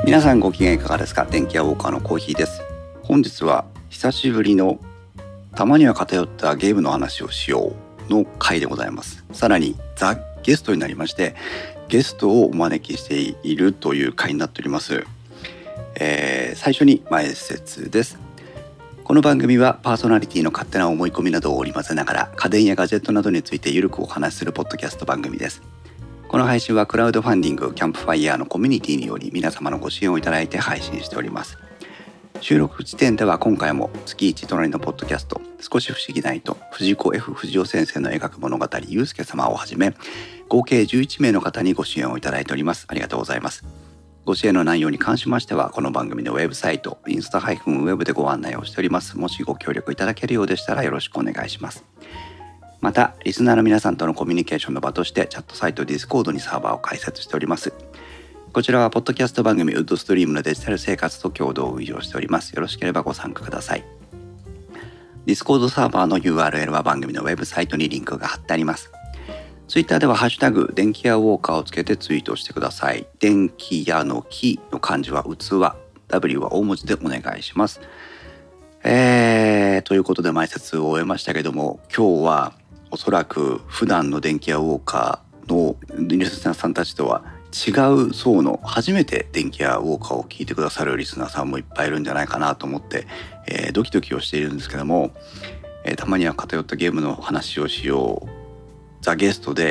皆さんご機嫌いかがですか？電気屋ウォーカーのコーヒーです。本日は久しぶりのたまには偏ったゲームの話をしようの回でございます。さらにザ・ゲストになりまして、ゲストをお招きしているという回になっております。最初に前説です。この番組はパーソナリティの勝手な思い込みなどを織り交ぜながら家電やガジェットなどについてゆるくお話しするポッドキャスト番組です。この配信はクラウドファンディングキャンプファイヤーのコミュニティにより皆様のご支援をいただいて配信しております。収録時点では今回も月1隣のポッドキャスト少し不思議ないと藤子 F 不二雄先生の描く物語ゆうすけ様をはじめ合計11名の方にご支援をいただいております。ありがとうございます。ご支援の内容に関しましてはこの番組のウェブサイトインスタ-webでご案内をしております。もしご協力いただけるようでしたらよろしくお願いします。またリスナーの皆さんとのコミュニケーションの場としてチャットサイト Discord にサーバーを開設しております。こちらはポッドキャスト番組ウッドストリームのデジタル生活と共同運用しております。よろしければご参加ください。 Discord サーバーの URL は番組のウェブサイトにリンクが貼ってあります。 Twitter ではハッシュタグ電気屋ウォーカーをつけてツイートしてください。電気屋の木の漢字は器、W は大文字でお願いします。ということで前説を終えましたけども、今日はおそらく普段の電気屋ウォーカーのリスナーさんたちとは違う層の初めて電気屋ウォーカーを聞いてくださるリスナーさんもいっぱいいるんじゃないかなと思って、ドキドキをしているんですけども、たまには偏ったゲームの話をしようザ・ゲストで、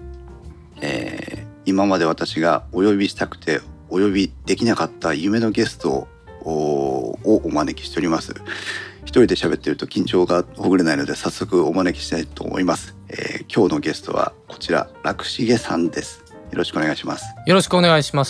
今まで私がお呼びしたくてお呼びできなかった夢のゲストをお招きしております。一人で喋っていると緊張がほぐれないので早速お招きしたいと思います。今日のゲストはこちら楽重さんです。よろしくお願いします。 よろしくお願いします。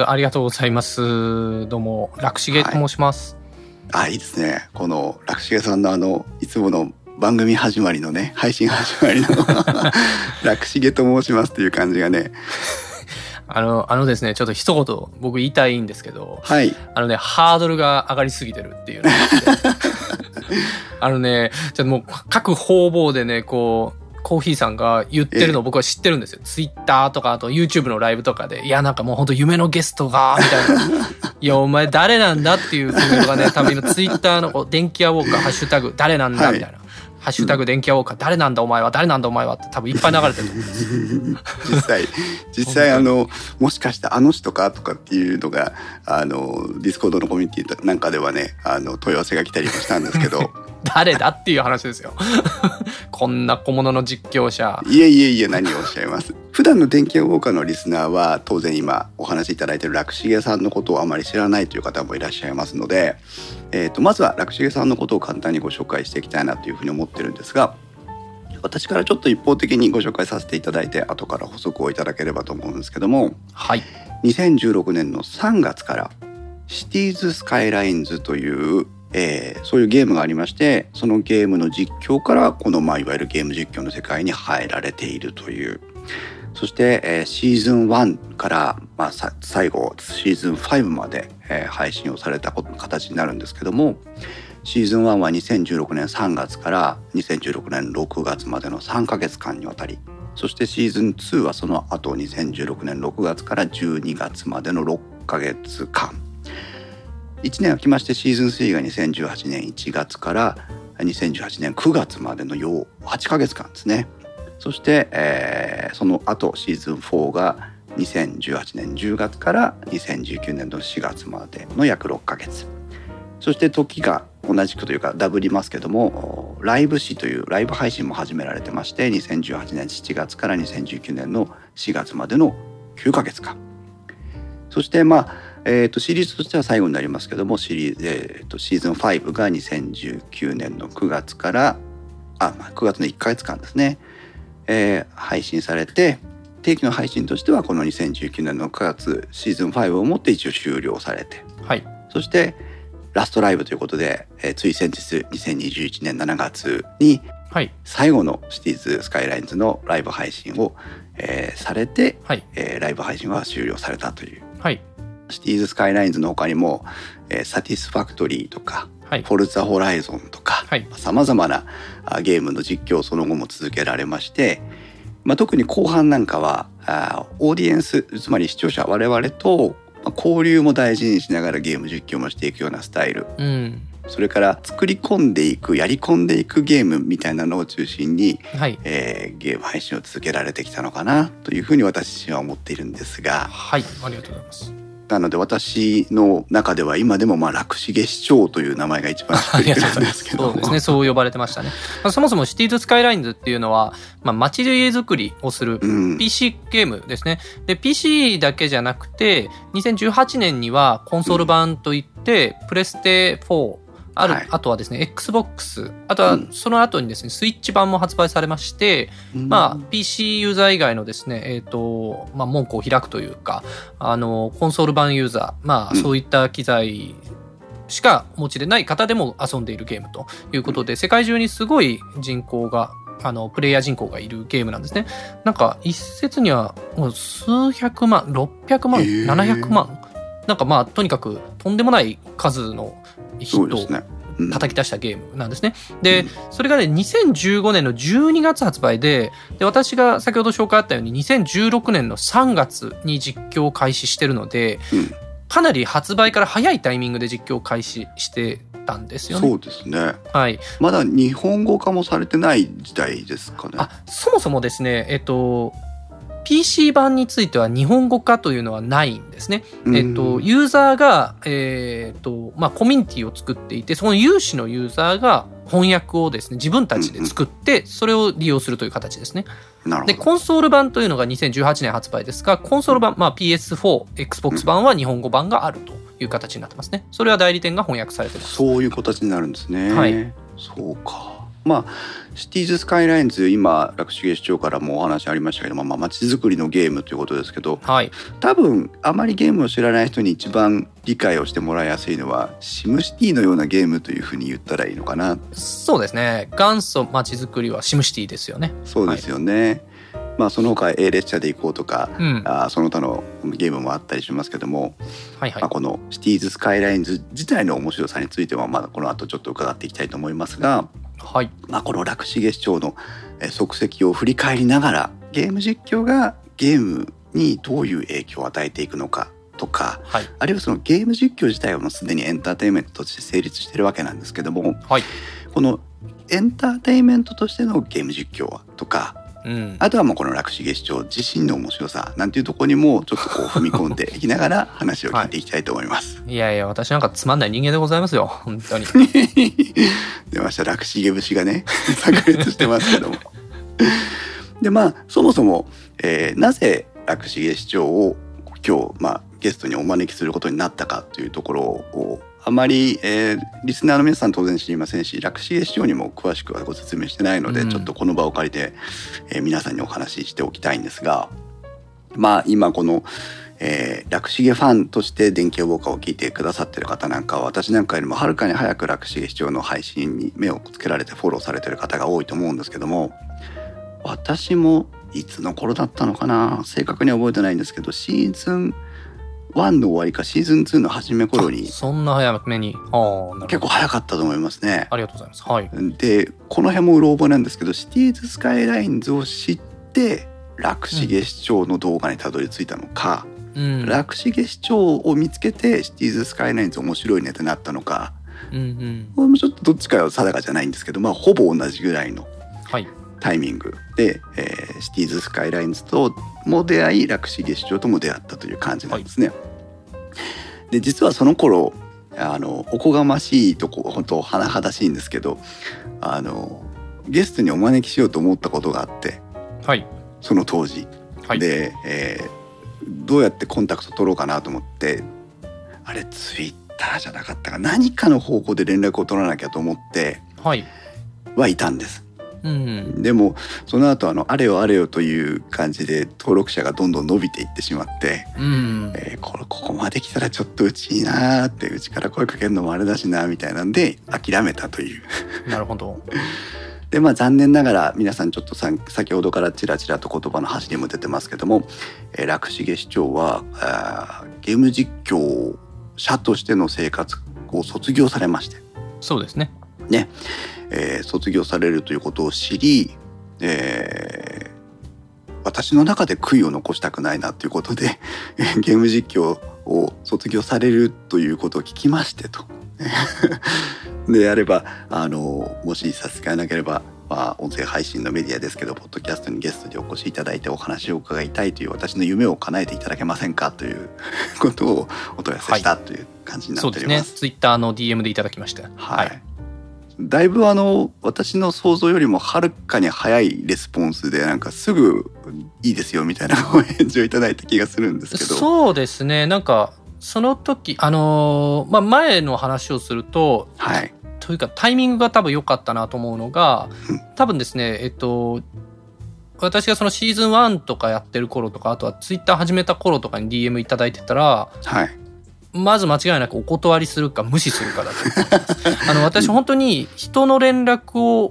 ありがとうございます。どうも楽重と申します。 いいですね。この楽重さんのいつもの番組始まりのね、配信始まりの楽重と申しますっていう感じがねですね、ちょっと一言僕言いたいんですけど、 はい、 ハードルが上がりすぎてるっていうのちょっともう各方々でね、こうコーヒーさんが言ってるのを僕は知ってるんですよ。ツイッターとかあと YouTube のライブとかで、いやなんかもうほんと夢のゲストがみたいないやお前誰なんだっていうコメントがね、多分今ツイッターの電気屋ウォーカーハッシュタグ誰なんだみたいな、ハッシュタグ電気屋ウォーカー誰なんだお前は誰なんだお前はって多分いっぱい流れてると思うんです実際もしかして人かとかっていうのがディスコードのコミュニティなんかではね問い合わせが来たりもしたんですけど誰だっていう話ですよこんな小物の実況者。 いえ何をおっしゃいます。普段の電気屋ウォーカーのリスナーは当然今お話しいただいている楽重さんのことをあまり知らないという方もいらっしゃいますので、まずは楽重さんのことを簡単にご紹介していきたいなというふうに思ってるんですが、私からちょっと一方的にご紹介させていただいて後から補足をいただければと思うんですけども、 はい、 2016年の3月からシティーズスカイラインズというそういうゲームがありまして、そのゲームの実況からこのいわゆるゲーム実況の世界に入られているという。そして、シーズン1から、最後シーズン5まで、配信をされた形になるんですけども、シーズン1は2016年3月から2016年6月までの3ヶ月間にわたり、そしてシーズン2はその後2016年6月から12月までの6ヶ月間、1年空きましてシーズン3が2018年1月から2018年9月までの8ヶ月間ですね。そして、その後シーズン4が2018年10月から2019年の4月までの約6ヶ月。そして時が同じくというかダブりますけども、ライブ誌というライブ配信も始められてまして、2018年7月から2019年の4月までの9ヶ月間。そしてシリーズとしては最後になりますけども、シーズン5が2019年の9月から9月の1ヶ月間ですね、配信されて、定期の配信としてはこの2019年の9月シーズン5をもって一応終了されて、 はい、 そしてラストライブということで、つい先日2021年7月に最後のシティーズスカイラインズのライブ配信を、されて、ライブ配信は終了されたという、シティーズスカイラインズの他にも、サティスファクトリーとか、フォルツァホライゾンとか、さまざまなゲームの実況をその後も続けられまして、特に後半なんかはオーディエンス、つまり視聴者我々と交流も大事にしながらゲーム実況もしていくようなスタイル、 うん、 それから作り込んでいくやり込んでいくゲームみたいなのを中心に、 はい、 ゲーム配信を続けられてきたのかなというふうに私自身は思っているんですが、 はい、ありがとうございます。 なので私の中では今でも楽重市長という名前が一番しっくりくるんですけどそうですね、そう呼ばれてましたね。そもそもシティーズスカイラインズっていうのは、街づくりをする PC ゲームですね。で PC だけじゃなくて2018年にはコンソール版といって、プレステ4あとはですね、Xbox、あとはその後にですね、スイッチ版も発売されまして、PC ユーザー以外のですね、門戸を開くというか、コンソール版ユーザー、そういった機材しかお持ちでない方でも遊んでいるゲームということで、世界中にすごい人口が、プレイヤー人口がいるゲームなんですね。なんか、一説には、もう数百万、600万、700万。なんかとにかくとんでもない数のヒットを叩き出したゲームなんですね。で、それがね、2015年の12月発売で、私が先ほど紹介あったように2016年の3月に実況を開始してるので、かなり発売から早いタイミングで実況を開始してたんですよね。 そうですね。 はい。 まだ日本語化もされてない時代ですかね。 そもそもですね、PC 版については日本語化というのはないんですね。ユーザーが、コミュニティを作っていて、その有志のユーザーが翻訳をですね、自分たちで作って、それを利用するという形ですね。 なるほど。 で、コンソール版というのが2018年発売ですが、コンソール版、PS4、Xbox 版は日本語版があるという形になってますね。それは代理店が翻訳されてます。 そういう形になるんですね。 はい。 そうか。シティーズスカイラインズ、今楽重市長からもお話ありましたけども、街づくりのゲームということですけど、 はい、 多分あまりゲームを知らない人に一番理解をしてもらいやすいのはシムシティのようなゲームというふうに言ったらいいのかな。 そうですね。元祖街づくりはシムシティですよね。 そうですよね。その他 A 列車で行こうとか、その他のゲームもあったりしますけども、このシティーズスカイラインズ自体の面白さについてはこの後ちょっと伺っていきたいと思いますが、 はい、 この楽重市長の足跡を振り返りながら、ゲーム実況がゲームにどういう影響を与えていくのかとか、あるいはそのゲーム実況自体はもうすでにエンターテインメントとして成立しているわけなんですけども、このエンターテインメントとしてのゲーム実況とか、あとはこの楽重市長自身の面白さなんていうところにもちょっと踏み込んでいきながら話を聞いていきたいと思います。 いやいや、私なんかつまんない人間でございますよ、本当に。 出ました、楽重節がね炸裂してますけども。でそもそも、なぜ楽重市長を今日ゲストにお招きすることになったかというところをあまり、リスナーの皆さん当然知りませんし、楽重市長にも詳しくはご説明してないので、ちょっとこの場を借りて、皆さんにお話ししておきたいんですが、今この、楽重ファンとして電気予防課を聞いてくださっている方なんかは、私なんかよりもはるかに早く楽重市長の配信に目をつけられてフォローされている方が多いと思うんですけども、私もいつの頃だったのかな、正確には覚えてないんですけど、シーズン1の終わりかシーズン2の初め頃に。 そんな早めに。 結構早かったと思いますね。 ありがとうございます。はい。 でこの辺もうろ覚えなんですけど、シティーズスカイラインズを知って楽重市長の動画にたどり着いたのか、楽重市長を見つけてシティーズスカイラインズ面白いねってなったのか、これもちょっとどっちかは定かじゃないんですけど、ほぼ同じぐらいのタイミングで、シティーズスカイラインズとも出会い、楽重市長とも出会ったという感じなんですね。で実はその頃おこがましいとこ、本当甚だしいんですけど、ゲストにお招きしようと思ったことがあって、その当時、で、どうやってコンタクト取ろうかなと思って、あれツイッターじゃなかったか、何かの方向で連絡を取らなきゃと思ってはいたんです。でもその後あれよあれよという感じで登録者がどんどん伸びていってしまって、ここまで来たらちょっとうちいいなーって、うちから声かけるのもあれだしなみたいなんで諦めたという。 なるほど。 で残念ながら皆さんちょっと先ほどからちらちらと言葉の端にも出てますけども、楽重市長はゲーム実況者としての生活を卒業されまして。 そうですね。 卒業されるということを知り、私の中で悔いを残したくないなということでゲーム実況を卒業されるということを聞きましてとであればもし差し支えなければ、音声配信のメディアですけどポッドキャストにゲストでお越しいただいてお話を伺いたいという私の夢を叶えていただけませんかということをお問い合わせしたという感じになっております。 そうですね。ツイッターの DM でいただきました。 はい。だいぶ私の想像よりもはるかに早いレスポンスでなんかすぐいいですよみたいなお返事をいただいた気がするんですけど。 そうですね。なんかその時前の話をすると、 はい。 というかタイミングが多分良かったなと思うのが、多分ですね私がそのシーズン1とかやってる頃とか、あとはツイッター始めた頃とかに DM いただいてたら、 はい。 まず間違いなくお断りするか無視するかだと思います。私本当に人の連絡を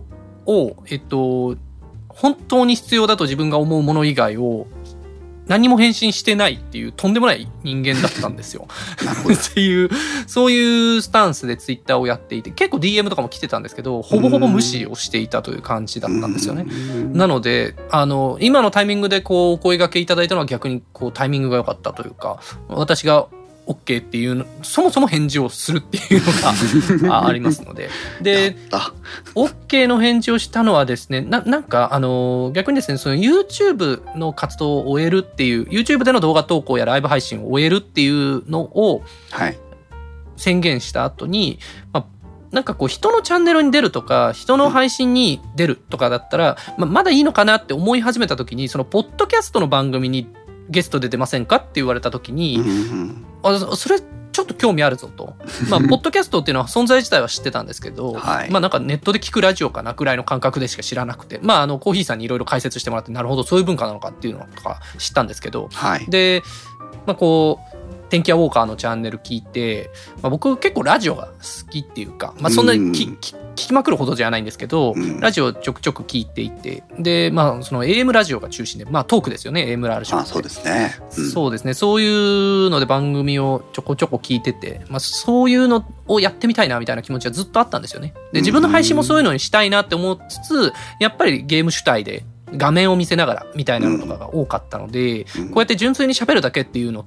本当に必要だと自分が思うもの以外を何も返信してないっていうとんでもない人間だったんですよ。っていう、そういうスタンスでツイッターをやっていて、結構 DM とかも来てたんですけど、ほぼほぼ無視をしていたという感じだったんですよね。なので、今のタイミングでこう、お声掛けいただいたのは逆にこう、タイミングが良かったというか、私がOK っていうの、そもそも返事をするっていうのがありますので。で、OK の返事をしたのはですね、なんか、逆にですね、その YouTube の活動を終えるっていう、YouTube での動画投稿やライブ配信を終えるっていうのを宣言した後に、なんかこう人のチャンネルに出るとか、人の配信に出るとかだったら、まだいいのかなって思い始めた時に、そのポッドキャストの番組にゲストで出ませんかって言われた時に、それちょっと興味あるぞと。ポッドキャストっていうのは存在自体は知ってたんですけど、なんかネットで聞くラジオかなくらいの感覚でしか知らなくて、コーヒーさんにいろいろ解説してもらって、なるほど、そういう文化なのかっていうのとか知ったんですけど、で、こう、天気屋ウォーカーのチャンネル聞いて、僕結構ラジオが好きっていうか、そんなに聞きまくるほどじゃないんですけど、ラジオちょくちょく聞いていて、で、その AM ラジオが中心で、トークですよね、AM ラジオって。 そうですね。 そうですね。そういうので番組をちょこちょこ聞いてて、そういうのをやってみたいなみたいな気持ちはずっとあったんですよね。で、自分の配信もそういうのにしたいなって思いつつ、やっぱりゲーム主体で、画面を見せながらみたいなのとかが多かったので、こうやって純粋に喋るだけっていうのって、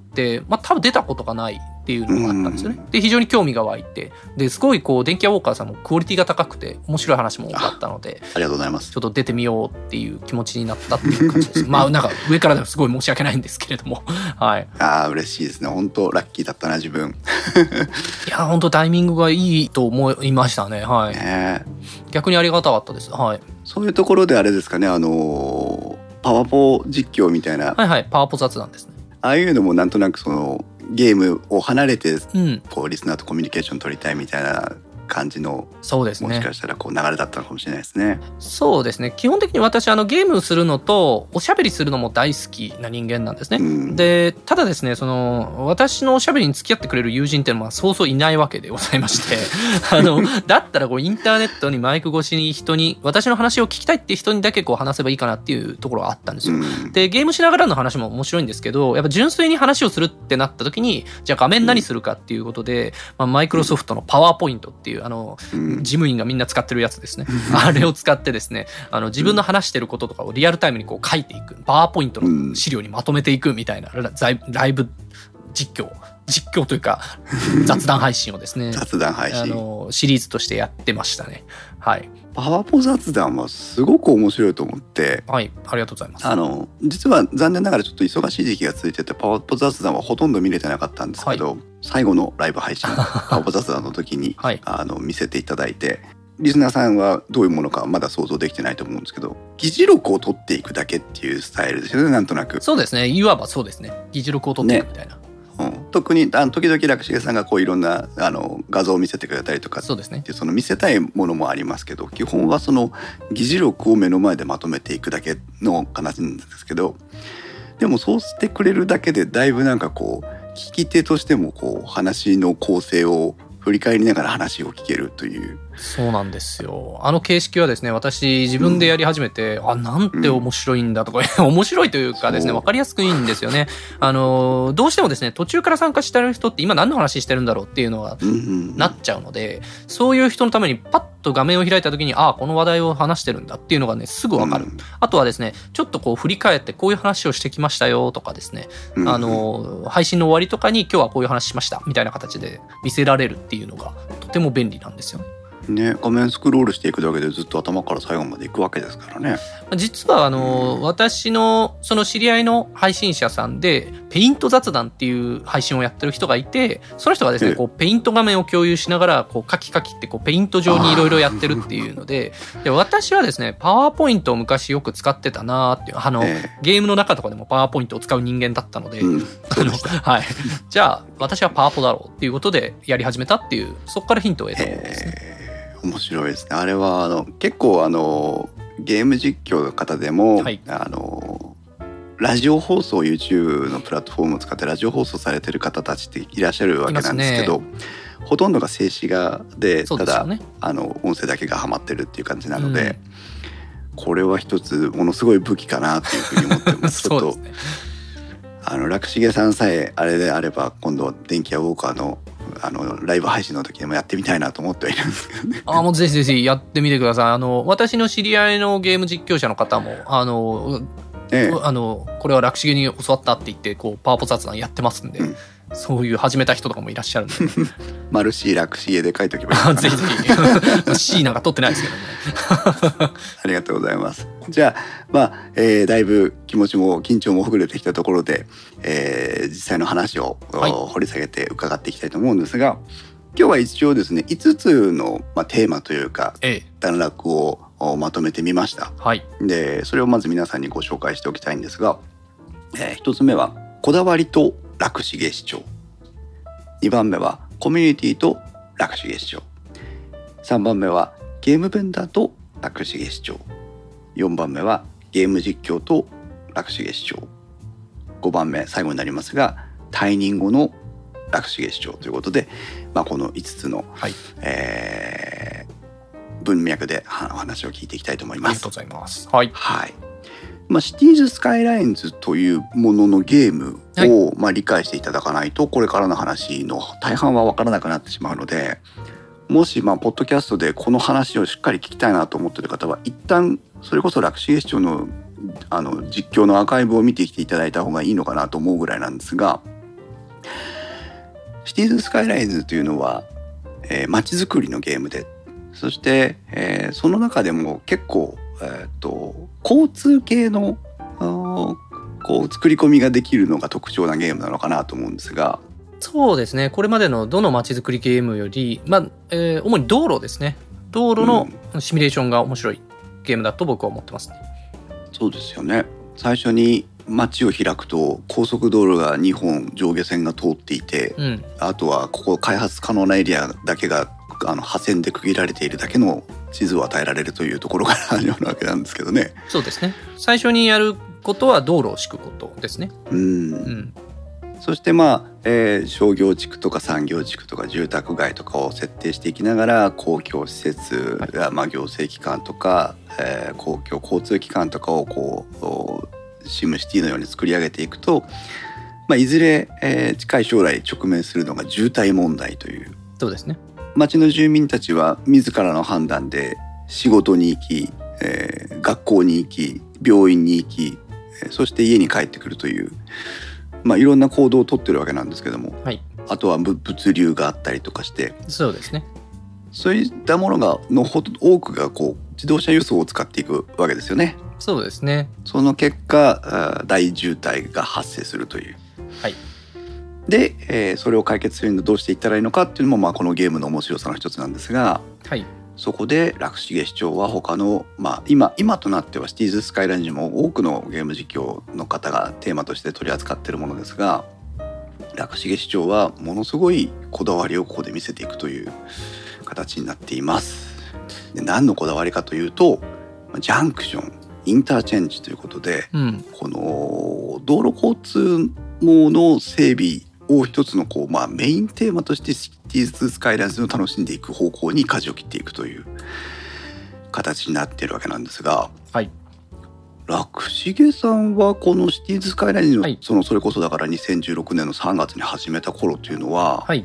多分出たことがないっていうのがあったんですよね。で、非常に興味が湧いて、で、すごいこう、電気屋ウォーカーさんもクオリティが高くて、面白い話も多かったので、 ありがとうございます。 ちょっと出てみようっていう気持ちになったっていう感じです。なんか上からでもすごい申し訳ないんですけれども、はい。 嬉しいですね。本当ラッキーだったな、自分。 いや、本当タイミングがいいと思いましたね。はい。逆にありがたかったです。はい。 そういうところであれですかね、パワポ実況みたいな。 はいはい、パワポ雑談ですね。 ああいうのもなんとなくそのゲームを離れて、こうリスナーとコミュニケーション取りたいみたいな感じの、 そうですね、 もしかしたらこう流れだったのかもしれないですね。 そうですね。基本的に私ゲームするのとおしゃべりするのも大好きな人間なんですね。で、ただですね、その私のおしゃべりに付き合ってくれる友人っていうのはそうそういないわけでございましてだったらこうインターネットにマイク越しに人に私の話を聞きたいっていう人にだけこう話せばいいかなっていうところがあったんですよ。で、ゲームしながらの話も面白いんですけど、やっぱ純粋に話をするってなった時に、じゃあ画面何するかっていうことで、マイクロソフトのパワーポイントっていう事務員がみんな使ってるやつですね。あれを使ってですね、自分の話してることとかをリアルタイムにこう書いていく。パワーポイントの資料にまとめていくみたいなライブ実況というか雑談配信をですね。 雑談配信。 シリーズとしてやってましたね。はい。 パワポ雑談はすごく面白いと思って。 はい、ありがとうございます。 実は残念ながらちょっと忙しい時期が続いてて、パワポ雑談はほとんど見れてなかったんですけど、最後のライブ配信、パワポ雑談の時に、見せていただいて、リスナーさんはどういうものかまだ想像できてないと思うんですけど、議事録を取っていくだけっていうスタイルですよね、なんとなく。 そうですね、いわばそうですね。議事録を取っていくみたいな。 特に時々楽重さんがこういろんな画像を見せてくれたりとか、 そうですね、 その見せたいものもありますけど、基本はその議事録を目の前でまとめていくだけの形なんですけど、でもそうしてくれるだけでだいぶなんかこう聞き手としてもこう話の構成を振り返りながら話を聞けるという。 そうなんですよ。形式はですね、私自分でやり始めて、なんて面白いんだとか、面白いというかですね、わかりやすくいいんですよね。どうしてもですね、途中から参加してる人って今何の話してるんだろうっていうのがなっちゃうので、そういう人のためにパッと画面を開いた時に、ああ、この話題を話してるんだっていうのがね、すぐわかる。あとはですね、ちょっとこう振り返ってこういう話をしてきましたよとかですね、配信の終わりとかに今日はこういう話しましたみたいな形で見せられるっていうのがとても便利なんですよね。 ね、画面スクロールしていくだけでずっと頭から最後までいくわけですからね。 実は私のその知り合いの配信者さんでペイント雑談っていう配信をやってる人がいて、その人がですね、こうペイント画面を共有しながらこうカキカキってこうペイント上にいろいろやってるっていうので、私はですねパワーポイントを昔よく使ってたなーっていうゲームの中とかでもパワーポイントを使う人間だったので、はい、じゃあ私はパワポだろうっていうことでやり始めたっていう、そこからヒントを得たものですね。 面白いですね。あれは結構ゲーム実況の方でも、はい、ラジオ放送 YouTube のプラットフォームを使ってラジオ放送されてる方たちっていらっしゃるわけなんですけど、ほとんどが静止画で、ただ音声だけがはまってるっていう感じなので、これは一つものすごい武器かなっていうふうに思ってます。ちょっと楽重さんさえあれであれば、今度電気屋ウォーカーのライブ配信の時でもやってみたいなと思ってはいるんですけどね。 もうぜひぜひやってみてください。私の知り合いのゲーム実況者の方もこれは楽重に教わったって言ってこうパワポ雑談やってますんで、そういう始めた人とかもいらっしゃるんでマルシー楽重で書いておけばいいかな。 ぜひぜひC なんか取ってないですけどねありがとうございます。じゃあだいぶ気持ちも緊張もほぐれてきたところで、実際の話を、掘り下げて伺っていきたいと思うんですが、今日は一応ですね5つの、テーマというか、段落をまとめてみました。でそれをまず皆さんにご紹介しておきたいんですが、1つ目はこだわりと楽重視聴、2番目はコミュニティと楽重視聴、3番目はゲームベンダーと楽重視聴、4番目はゲーム実況と楽重視聴、5番目最後になりますがタイニングの楽重視聴ということで、この5つの、文脈でお話を聞いていきたいと思います。 ありがとうございます。はい。 シティーズスカイラインズというもののゲームを、理解していただかないとこれからの話の大半は分からなくなってしまうので、もしポッドキャストでこの話をしっかり聞きたいなと思っている方は一旦それこそ楽重視聴の実況のアーカイブを見てきていただいた方がいいのかなと思うぐらいなんですが、シティーズスカイラインズというのは街づくりのゲームで、そして、その中でも結構、交通系の作り込みができるのが特徴なゲームなのかなと思うんですが。 そうですね、これまでのどの街づくりゲームより、主に道路ですね、道路のシミュレーションが面白いゲームだと僕は思ってますね。 そうですよね。最初に街を開くと高速道路が2本上下線が通っていて、あとはここ開発可能なエリアだけが破線で区切られているだけの地図を与えられるというところから始まるわけなんですけどね。 そうですね。最初にやることは道路を敷くことですね。 そして商業地区とか産業地区とか住宅街とかを設定していきながら、公共施設や行政機関とか、公共交通機関とかをシムシティのように作り上げていくと、いずれ、近い将来直面するのが渋滞問題という。 そうですね。 町の住民たちは自らの判断で仕事に行き、学校に行き、病院に行き、そして家に帰ってくるという、いろんな行動をとってるわけなんですけども、あとは物流があったりとかして、 そうですね、 そういったものの多くが自動車輸送を使っていくわけですよね。 そうですね。 その結果大渋滞が発生するという。で、それを解決するにはどうしていったらいいのかっていうのも、このゲームの面白さの一つなんですが、そこで楽重視聴は他の、今となってはシティーズスカイラインにも多くのゲーム実況の方がテーマとして取り扱っているものですが、楽重視聴はものすごいこだわりをここで見せていくという形になっています。で、何のこだわりかというと、ジャンクション、インターチェンジということで、この道路交通網の整備を一つのメインテーマとしてシティーズスカイラインズを楽しんでいく方向に舵を切っていくという形になっているわけなんですが、楽重さんはこのシティーズスカイラインズの、それこそだから2016年の3月に始めた頃というのは、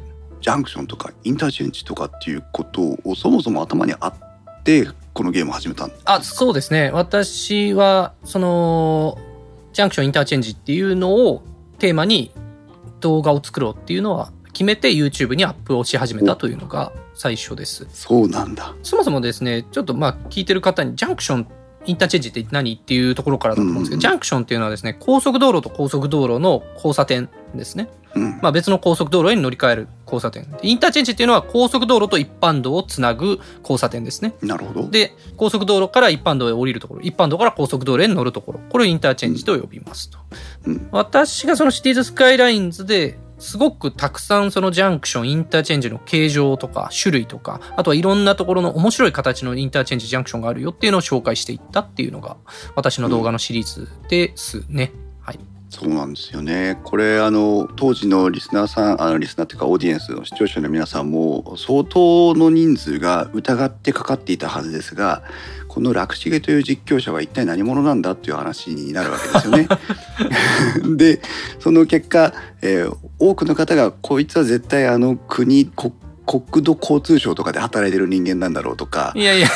ジャンクションとかインターチェンジとかっていうことをそもそも頭にあってこのゲームを始めたんあ、そうですね。私はそのジャンクションインターチェンジっていうのをテーマに動画を作ろうっていうのは決めて YouTube にアップをし始めたというのが最初です。 そうなんだ。 そもそもですね、ちょっと聞いてる方にジャンクションインターチェンジって何っていうところからだと思うんですけど、ジャンクションっていうのはですね、高速道路と高速道路の交差点ですね。別の高速道路に乗り換える交差点。インターチェンジっていうのは高速道路と一般道をつなぐ交差点ですね。 なるほど。 で、高速道路から一般道へ降りるところ、一般道から高速道路へ乗るところ、これをインターチェンジと呼びますと。私がそのシティーズスカイラインズですごくたくさんそのジャンクション、インターチェンジの形状とか種類とか、あとはいろんなところの面白い形のインターチェンジ、ジャンクションがあるよっていうのを紹介していったっていうのが私の動画のシリーズですね。はい。 そうなんですよね。これ当時のリスナーさん、リスナーっていうかオーディエンスの視聴者の皆さんも相当の人数が疑ってかかっていたはずですが、この楽重という実況者は一体何者なんだっていう話になるわけですよね。でその結果、多くの方がこいつは絶対国土交通省とかで働いてる人間なんだろうとか、 いや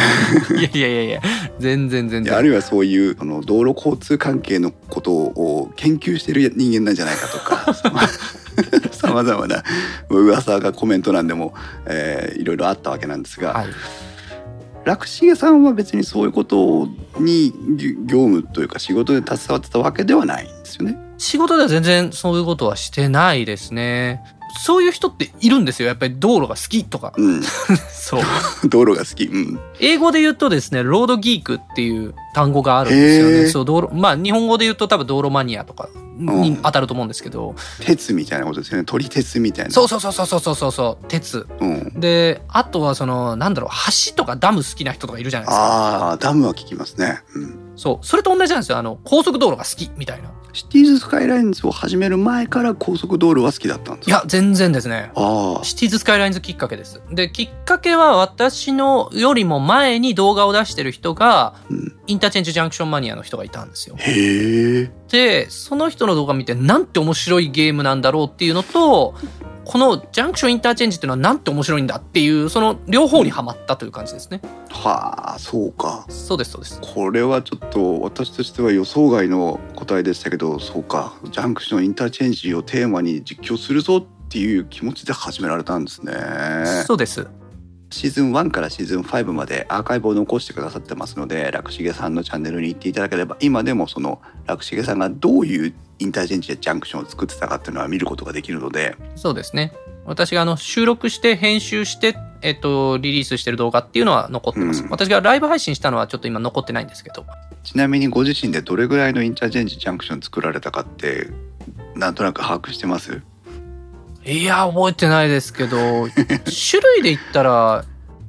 全然あるいはそういう道路交通関係のことを研究してる人間なんじゃないかとかさまざまな噂がコメント欄でも、いろいろあったわけなんですが、はい、楽重さんは別にそういうことに業務というか仕事で携わってたわけではないんですよね。 仕事では全然そういうことはしてないですね。そういう人っているんですよ。やっぱり道路が好きとか。そう。 道路が好き。 英語で言うとですね、ロードギークっていう単語があるんですよね。そう、日本語で言うと多分道路マニアとかに当たると思うんですけど。 鉄みたいなことですよね。撮り鉄みたいな。 そう。鉄。で、あとは橋とかダム好きな人とかいるじゃないですか。 ああ、ダムは聞きますね。 そう。それと同じなんですよ。高速道路が好きみたいな。 シティーズスカイラインズを始める前から高速道路は好きだったんですか？ いや、全然ですね。シティーズスカイラインズきっかけです。で、きっかけは私のよりも前に動画を出してる人が、インターチェンジジャンクションマニアの人がいたんですよ。で、その人の動画見てなんて面白いゲームなんだろうっていうのと、このジャンクションインターチェンジっていうのはなんて面白いんだっていう、その両方にハマったという感じですね。 はあ、そうか。 そうです。 これはちょっと私としては予想外の答えでしたけど、そうか。ジャンクションインターチェンジをテーマに実況するぞっていう気持ちで始められたんですね。 そうです。 シーズン1からシーズン5までアーカイブを残してくださってますので、楽重さんのチャンネルに行っていただければ、今でもその楽重さんがどういうインターチェンジやジャンクションを作ってたかっていうのは見ることができるので。 そうですね。私が収録して編集して、リリースしてる動画っていうのは残ってます。私がライブ配信したのはちょっと今残ってないんですけど。 ちなみにご自身でどれぐらいのインターチェンジジャンクション作られたかってなんとなく把握してます？ いや、覚えてないですけど、種類で言ったら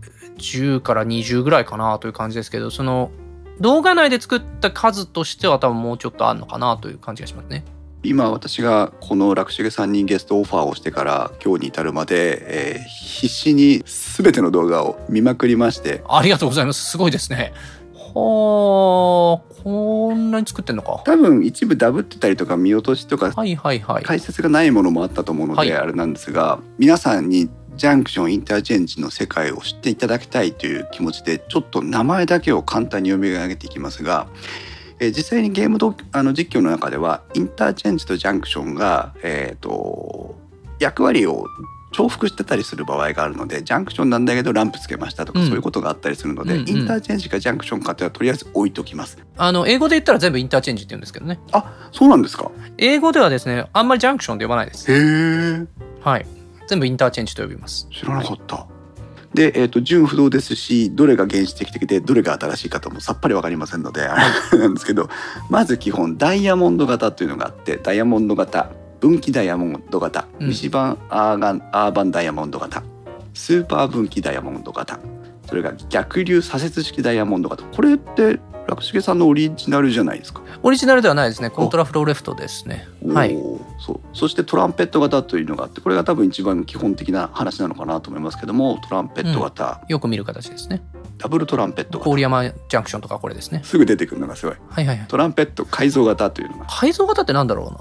10から20ぐらいかなという感じですけど、その動画内で作った数としては多分もうちょっとあるのかなという感じがしますね。 今私がこの楽重さんにゲストオファーをしてから今日に至るまで、必死に全ての動画を見まくりまして。 ありがとうございます。すごいですね。こんなに作ってんのか。 多分一部ダブってたりとか見落としとか解説がないものもあったと思うのであれなんですが、皆さんにジャンクションインターチェンジの世界を知っていただきたいという気持ちでちょっと名前だけを簡単に読み上げていきますが、実際にゲーム実況の中ではインターチェンジとジャンクションが、役割を重複してたりする場合があるので、ジャンクションなんだけどランプつけましたとか、そういうことがあったりするので、インターチェンジかジャンクションかっていうのはとりあえず置いときます。 英語で言ったら全部インターチェンジって言うんですけどね。 あ、そうなんですか。 英語ではですね、あんまりジャンクションで呼ばないです。 へー。 はい。全部インターチェンジと呼びます。 知らなかった。で、純不動ですし、どれが原始的でどれが新しいかともさっぱりわかりませんのでなんですけど、まず基本ダイヤモンド型というのがあって、ダイヤモンド型、分岐ダイヤモンド型、ミ版アーバンダイヤモンド型、スーパー分岐ダイヤモンド型、それが逆流左折式ダイヤモンド型。これって楽重さんのオリジナルじゃないですか？ オリジナルではないですね。コントラフローレフトですね。はい。 そしてトランペット型というのがあって、これが多分一番基本的な話なのかなと思いますけども、トランペット型、 よく見る形ですね。 ダブルトランペット型、 郡山ジャンクションとかこれですね。 すぐ出てくるのがすごい。 はい。 トランペット改造型というのが。 改造型ってなんだろうな。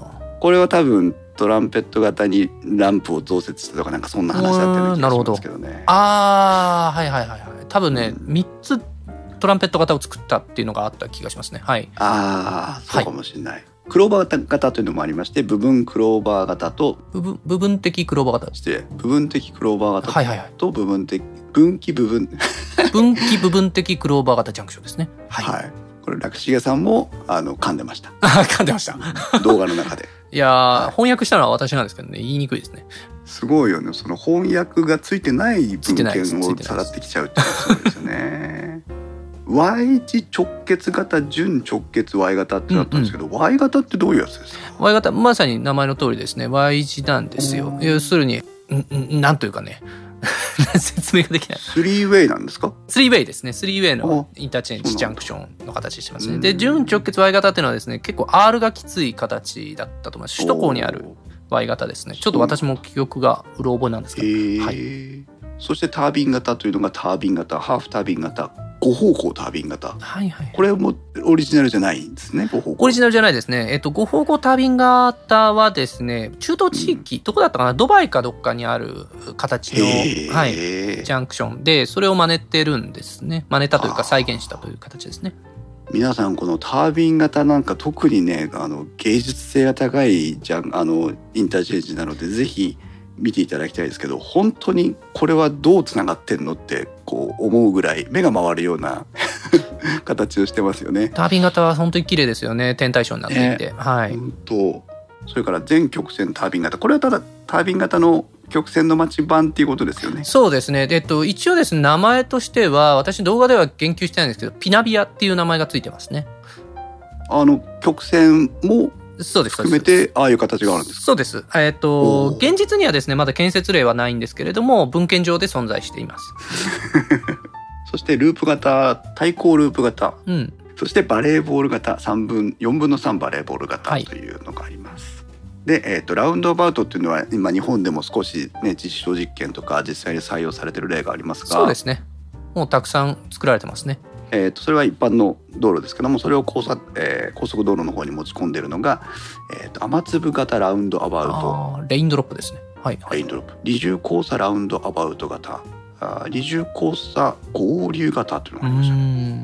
これは多分トランペット型にランプを増設したとかなんかそんな話だったような気がしますけどね。 はいはいはいはい。多分ね、3つトランペット型を作ったっていうのがあった気がしますね。はい。 そうかもしれない。クローバー型というのもありまして、部分クローバー型と部分的クローバー型して部分的クローバー型と、 はいはいはい、 部分的分岐部分部分的クローバー型ジャンクションですね。はい。 はい、これ楽重さんも噛んでました。 噛んでました。 動画の中で。 いやー、翻訳したのは私なんですけどね、言いにくいですね。 すごいよね。その翻訳がついてない文献をさらってきちゃうってすごいですよね。Y1 直結型、準直結 Y 型ってなったんですけど、Y 型ってどういうやつですか？ Y 型、まさに名前の通りですね。Y 字なんですよ。要するに、なんというかね、説明ができない。 3ウェイなんですか ？3ウェイですね。3ウェイのインターチェンジジャンクションの形してますね。で、準直結 Y 型っていうのはですね、結構 R がきつい形だったと思います。首都高にある Y 型ですね。ちょっと私も記憶がうろ覚えなんですけど。はい。 そしてタービン型というのがタービン型、ハーフタービン型、5方向タービン型。 はいはい。 これもオリジナルじゃないんですね、5方向。 オリジナルじゃないですね。5方向タービン型はですね、中東地域、どこだったかな、ドバイかどっかにある形の、はい、ジャンクションで、それを真似てるんですね。真似たというか再現したという形ですね。 皆さんこのタービン型なんか特にね、芸術性が高いインターチェンジなので、ぜひ見ていただきたいですけど、本当にこれはどうつながってんのってこう思うぐらい目が回るような形をしてますよね。 タービン型は本当に綺麗ですよね。天体ショーになっていて、はい。 本当。それから全曲線タービン型、これはただタービン型の曲線の待ち版っていうことですよね。 そうですね。一応ですね、名前としては私動画では言及してないんですけど、ピナビアっていう名前がついてますね。 曲線もそうです。 含めてああいう形があるんですか？ そうです。現実にはですね、まだ建設例はないんですけれども、文献上で存在しています。 そしてループ型、対向ループ型、そしてバレーボール型、4分の3バレーボール型というのがあります。はい、で、ラウンドアバウトっていうのは今日本でも少しね、実証実験とか実際に採用されてる例がありますが、 そうですね。もうたくさん作られてますね。 それは一般の道路ですけども、それを高速道路の方に持ち込んでいるのが、雨粒型ラウンドアバウト、 レインドロップですね。はい、 レインドロップ、二重交差ラウンドアバウト型、二重交差合流型というのがありました。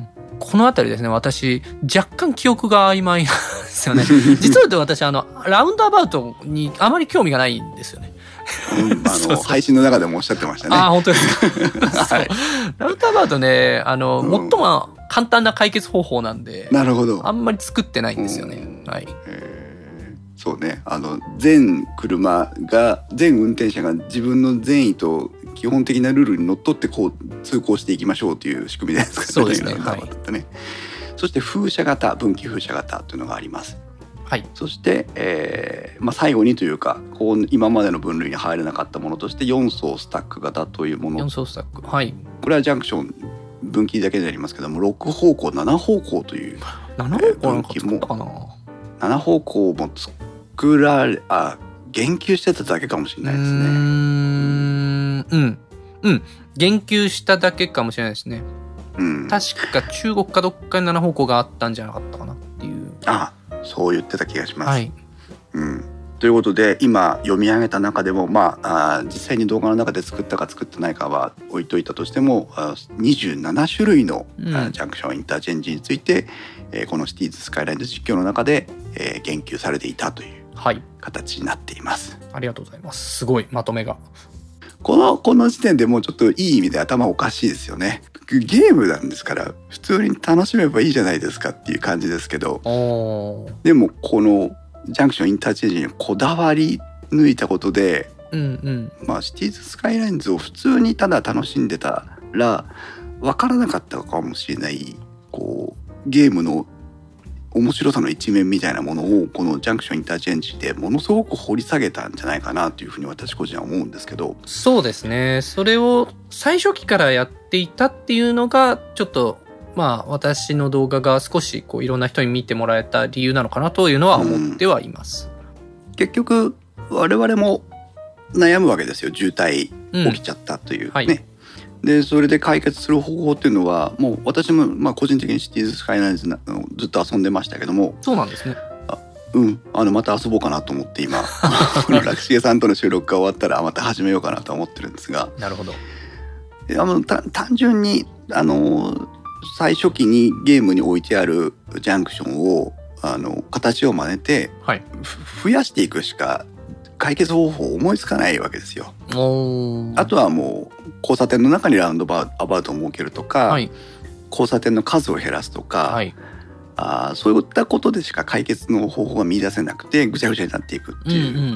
このあたりですね、私若干記憶が曖昧なんですよね。実は言うと私ラウンドアバウトにあまり興味がないんですよね。 配信の中でもおっしゃってましたね。 本当ですか。はい、ラウンドアバウトね、最も簡単な解決方法なんで、 なるほど、 あんまり作ってないんですよね。はい。 そうね、全運転者が自分の善意と基本的なルールにのっとってこう通行していきましょうという仕組みですからね。 そうですね。 はい、そして風車型、分岐風車型というのがあります。 はい、 そして、最後にというか今までの分類に入れなかったものとして4層スタック型というもの。 4層スタック、はい。 これはジャンクション分岐だけでありますけども、6方向7方向という 7方向なんか作ったかな。 7方向も言及してただけかもしれないですね。 言及しただけかもしれないですね。確か中国かどっかに7方向があったんじゃなかったかなっていう。 そう言ってた気がします。 はい。 ということで今読み上げた中でも、実際に動画の中で作ったか作ってないかは置いといたとしても、27種類の、ジャンクションインターチェンジについて、このシティーズスカイラインの実況の中で、言及されていたという形になっています。 ありがとうございます。すごいまとめが。 この時点でもうちょっといい意味で頭おかしいですよね。ゲームなんですから普通に楽しめばいいじゃないですかっていう感じですけど、でもこのジャンクションインターチェンジにこだわり抜いたことで、シティーズスカイラインズを普通にただ楽しんでたら分からなかったかもしれないゲームの面白さの一面みたいなものをこのジャンクションインターチェンジでものすごく掘り下げたんじゃないかなというふうに私個人は思うんですけど。 そうですね。それを最初期からやっていたっていうのがちょっと私の動画が少しいろんな人に見てもらえた理由なのかなというのは思ってはいます。 結局我々も悩むわけですよ。渋滞起きちゃったというね。でそれで解決する方法っていうのはもう私も個人的にシティーズスカイラインズずっと遊んでましたけども。 そうなんですね。 また遊ぼうかなと思って今この楽重さんとの収録が終わったらまた始めようかなと思ってるんですが、 なるほど。 単純に最初期にゲームに置いてあるジャンクションを形を真似て、 はい、 増やしていくしか解決方法を思いつかないわけですよ。あとはもう交差点の中にラウンドアバウトを設けるとか、はい、交差点の数を減らすとか、はい、そういったことでしか解決の方法が見出せなくてぐちゃぐちゃになっていくっていう、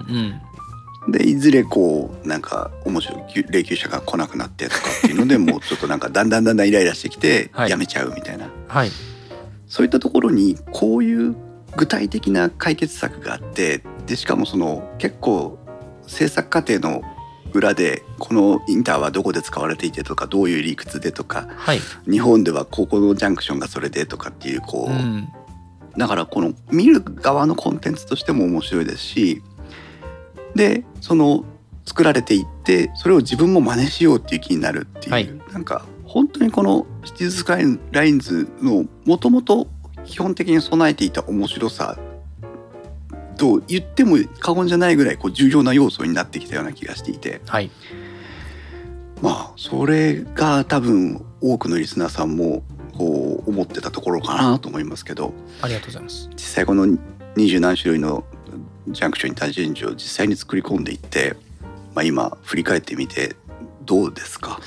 でいずれなんか面白い霊柩車が来なくなってとかっていうのでもうちょっとなんかだんだんイライラしてきてやめちゃうみたいな、はい、そういったところにこういう具体的な解決策があって、でしかも結構制作過程の裏でこのインターはどこで使われていてとかどういう理屈でとか、はい、日本ではここのジャンクションがそれでとかっていうだからこの見る側のコンテンツとしても面白いですし、で作られていってそれを自分も真似しようっていう気になるっていう、はい、なんか本当にこのシティーズスカイラインズのもともと基本的に備えていた面白さと言っても過言じゃないぐらい重要な要素になってきたような気がしていて、はい、それが多分多くのリスナーさんも思ってたところかなと思いますけど、 ありがとうございます。 実際この20何種類のジャンクションインターチェンジを実際に作り込んでいって、今振り返ってみてどうですか？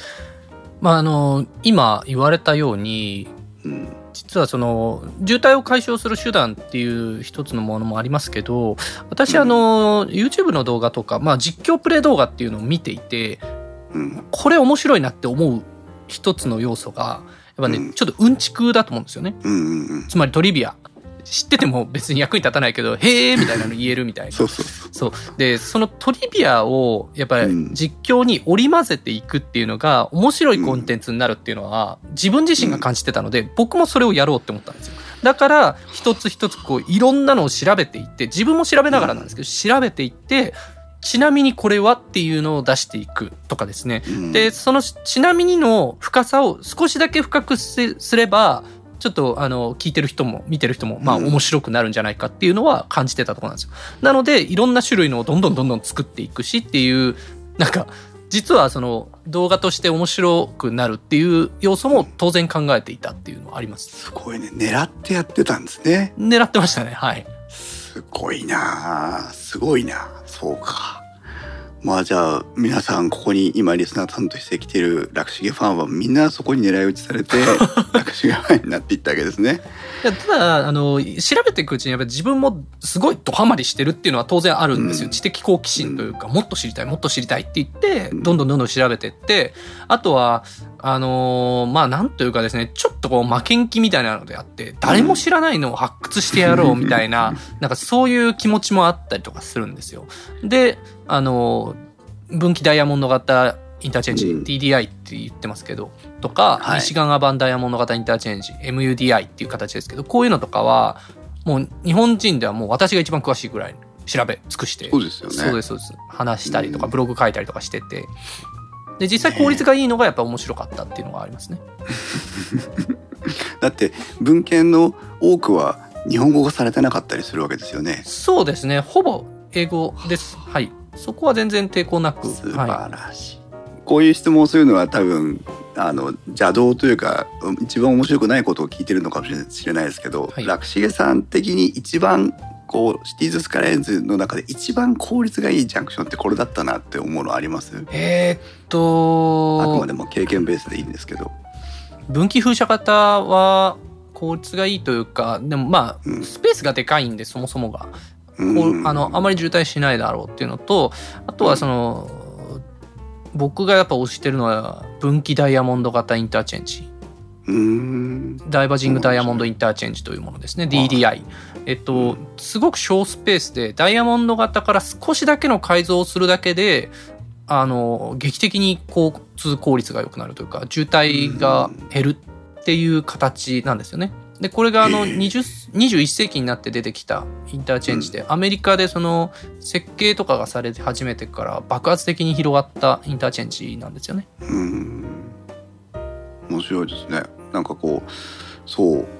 今言われたように、実は渋滞を解消する手段っていう一つのものもありますけど、私YouTube の動画とか、実況プレイ動画っていうのを見ていて、これ面白いなって思う一つの要素がやっぱね、ちょっとうんちくだと思うんですよね、つまりトリビア知ってても別に役に立たないけどへーみたいなの言えるみたいなそうで、そのトリビアをやっぱり実況に織り交ぜていくっていうのが面白いコンテンツになるっていうのは自分自身が感じてたので、僕もそれをやろうって思ったんですよ。だから一つ一ついろんなのを調べていって、自分も調べながらなんですけど、調べていってちなみにこれはっていうのを出していくとかですね、でそのちなみにの深さを少しだけ深くすればちょっと聞いてる人も見てる人も面白くなるんじゃないかっていうのは感じてたところなんですよ。なのでいろんな種類のをどんどん作っていくしっていう、なんか実は動画として面白くなるっていう要素も当然考えていたっていうのはあります。 すごいね、狙ってやってたんですね。 狙ってましたね、はい。 すごいな、すごいな。そうか。じゃあ皆さんここに今リスナーさんとして来てる楽重ファンはみんなそこに狙い撃ちされて楽重ファンになっていったわけですね。 いや、ただ調べていくうちにやっぱり自分もすごいドハマりしてるっていうのは当然あるんですよ、知的好奇心というか、もっと知りたいもっと知りたいって言ってどんどん調べていって、あとはなんというかですね、ちょっと負けん気みたいなのであって、誰も知らないのを発掘してやろうみたいななんかそういう気持ちもあったりとかするんですよ。で分岐ダイヤモンド型インターチェンジ、TDI って言ってますけどとか、西岸アバンダイヤモンド型インターチェンジ MUDI っていう形ですけど、こういうのとかはもう日本人ではもう私が一番詳しいぐらい調べ尽くして、 そうですよね、 そうです話したりとかブログ書いたりとかしてて、で実際効率がいいのがやっぱ面白かったっていうのがありますね。 だって文献の多くは日本語化されてなかったりするわけですよね。 そうですね、ほぼ英語です。はい、そこは全然抵抗なく。 素晴らしい、はい、こういう質問をするのは多分邪道というか一番面白くないことを聞いてるのかもしれないですけど、はい、楽重さん的に一番シティーズスカイラインズの中で一番効率がいいジャンクションってこれだったなって思うのあります？あくまでも経験ベースでいいんですけど。 分岐風車型は効率がいいというか、でもスペースがでかいんでそもそもがあまり渋滞しないだろうっていうのと、あとは僕がやっぱ推してるのは分岐ダイヤモンド型インターチェンジ、ダイバージングダイヤモンドインターチェンジというものですね、 DDI。すごく小スペースでダイヤモンド型から少しだけの改造をするだけで劇的に交通効率が良くなるというか渋滞が減るっていう形なんですよね。でこれが21世紀になって出てきたインターチェンジで、アメリカでその設計とかがされて始めてから爆発的に広がったインターチェンジなんですよね。 面白いですね。なんかそう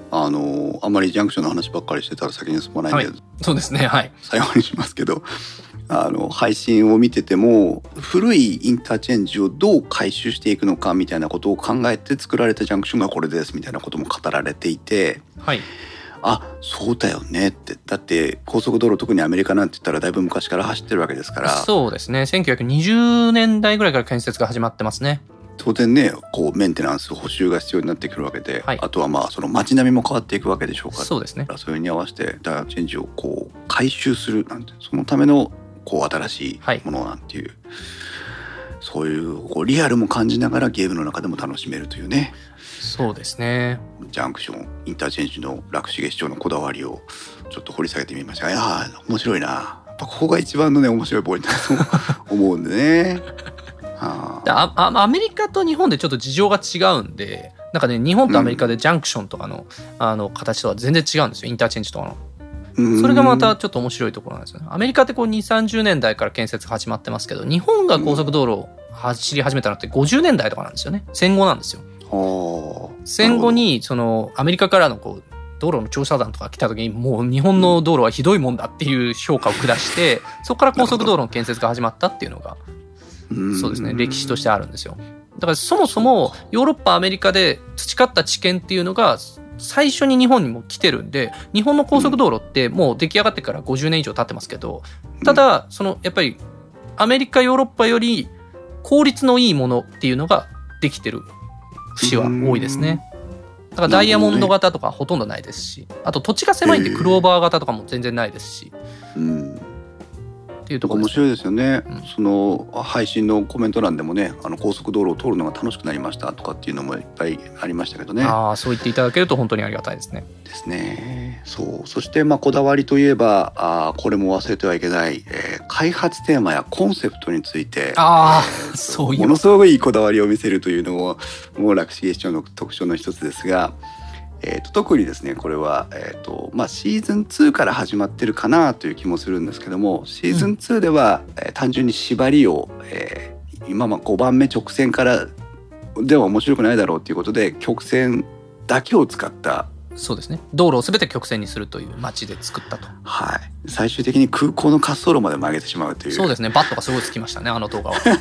あまりジャンクションの話ばっかりしてたら先に進まないんで、 はい、そうですね、はい、 最後にしますけど、配信を見てても古いインターチェンジをどう回収していくのかみたいなことを考えて作られたジャンクションがこれですみたいなことも語られていて、 はい、 あ、そうだよねって。だって高速道路、特にアメリカなんて言ったらだいぶ昔から走ってるわけですから。 そうですね、1920年代ぐらいから建設が始まってますね。 当然ね、こうメンテナンス補修が必要になってくるわけで、 はい、 あとはまあその街並みも変わっていくわけでしょうから。 そうですね。 それに合わせてダーチェンジをこう回収するなんて、そのためのこう新しいものなんていう、はい、そういうこうリアルも感じながらゲームの中でも楽しめるというね。 そうですね。 ジャンクションインターチェンジの楽重市長のこだわりをちょっと掘り下げてみましたが、いや面白いな。やっぱここが一番のね面白いポイントだと思うんでね。 アメリカと日本でちょっと事情が違うんで、なんかね、日本とアメリカでジャンクションとかの、形とは全然違うんですよ、インターチェンジとかの。それがまたちょっと面白いところなんですよね。アメリカってこう2、30年代から建設始まってますけど、日本が高速道路を走り始めたのって50年代とかなんですよね。戦後なんですよ。戦後にそのアメリカからのこう道路の調査団とか来た時に、もう日本の道路はひどいもんだっていう評価を下して、そこから高速道路の建設が始まったっていうのが、そうですね、歴史としてあるんですよ。だからそもそもヨーロッパ、アメリカで培った知見っていうのが最初に日本にも来てるんで、日本の高速道路ってもう出来上がってから50年以上経ってますけど、ただそのやっぱりアメリカ、ヨーロッパより効率のいいものっていうのができてる節は多いですね。だからダイヤモンド型とかほとんどないですし、あと土地が狭いんでクローバー型とかも全然ないですし、っていうところです。 面白いですよね。その配信のコメント欄でもね、高速道路を通るのが楽しくなりましたとかっていうのもいっぱいありましたけどね。 そう言っていただけると本当にありがたいですね。 ですね。そう。そしてこだわりといえばこれも忘れてはいけない、開発テーマやコンセプトについてそういうものすごいこだわりを見せるというのも楽重市長の特徴の一つですが、特にですねこれは、シーズン2から始まってるかなという気もするんですけども、シーズン2では、単純に縛りを、今5番目直線からでは面白くないだろうということで曲線だけを使った、 そうですね、道路を全て曲線にするという街で作ったと。 はい、最終的に空港の滑走路まで曲げてしまうという。 そうですね、バットがすごいつきましたね、あの動画は。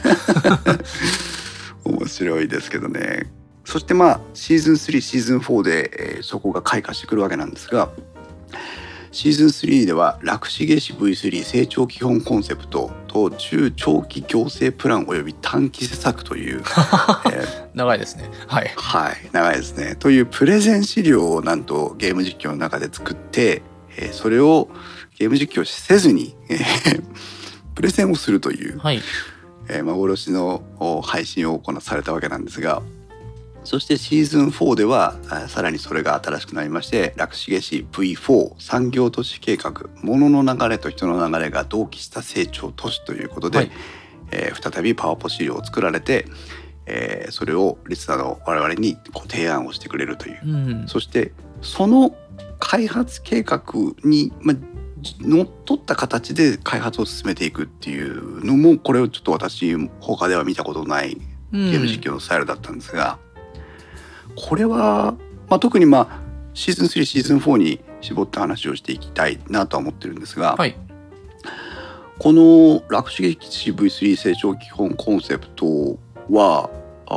面白いですけどね。そしてシーズン3、シーズン4で、そこが開花してくるわけなんですが、シーズン3では楽重市 V3 成長基本コンセプトと中長期行政プランおよび短期施策という、 長いですね。はい、 はい、長いですね。というプレゼン資料をなんとゲーム実況の中で作って、それをゲーム実況せずに、プレゼンをするという、 はい、 幻の配信を行されたわけなんですが、そしてシーズン4ではさらにそれが新しくなりまして、楽重市 V4 産業都市計画、物の流れと人の流れが同期した成長都市ということで、はい、再びパワポ資料を作られて、それをリスナーの我々に提案をしてくれるという、そしてその開発計画に、のっとった形で開発を進めていくっていうのも、これをちょっと私他では見たことないゲーム実況のスタイルだったんですが、これは、特にシーズン3、シーズン4に絞った話をしていきたいなとは思ってるんですが、はい、この楽重市 V3 成長基本コンセプトは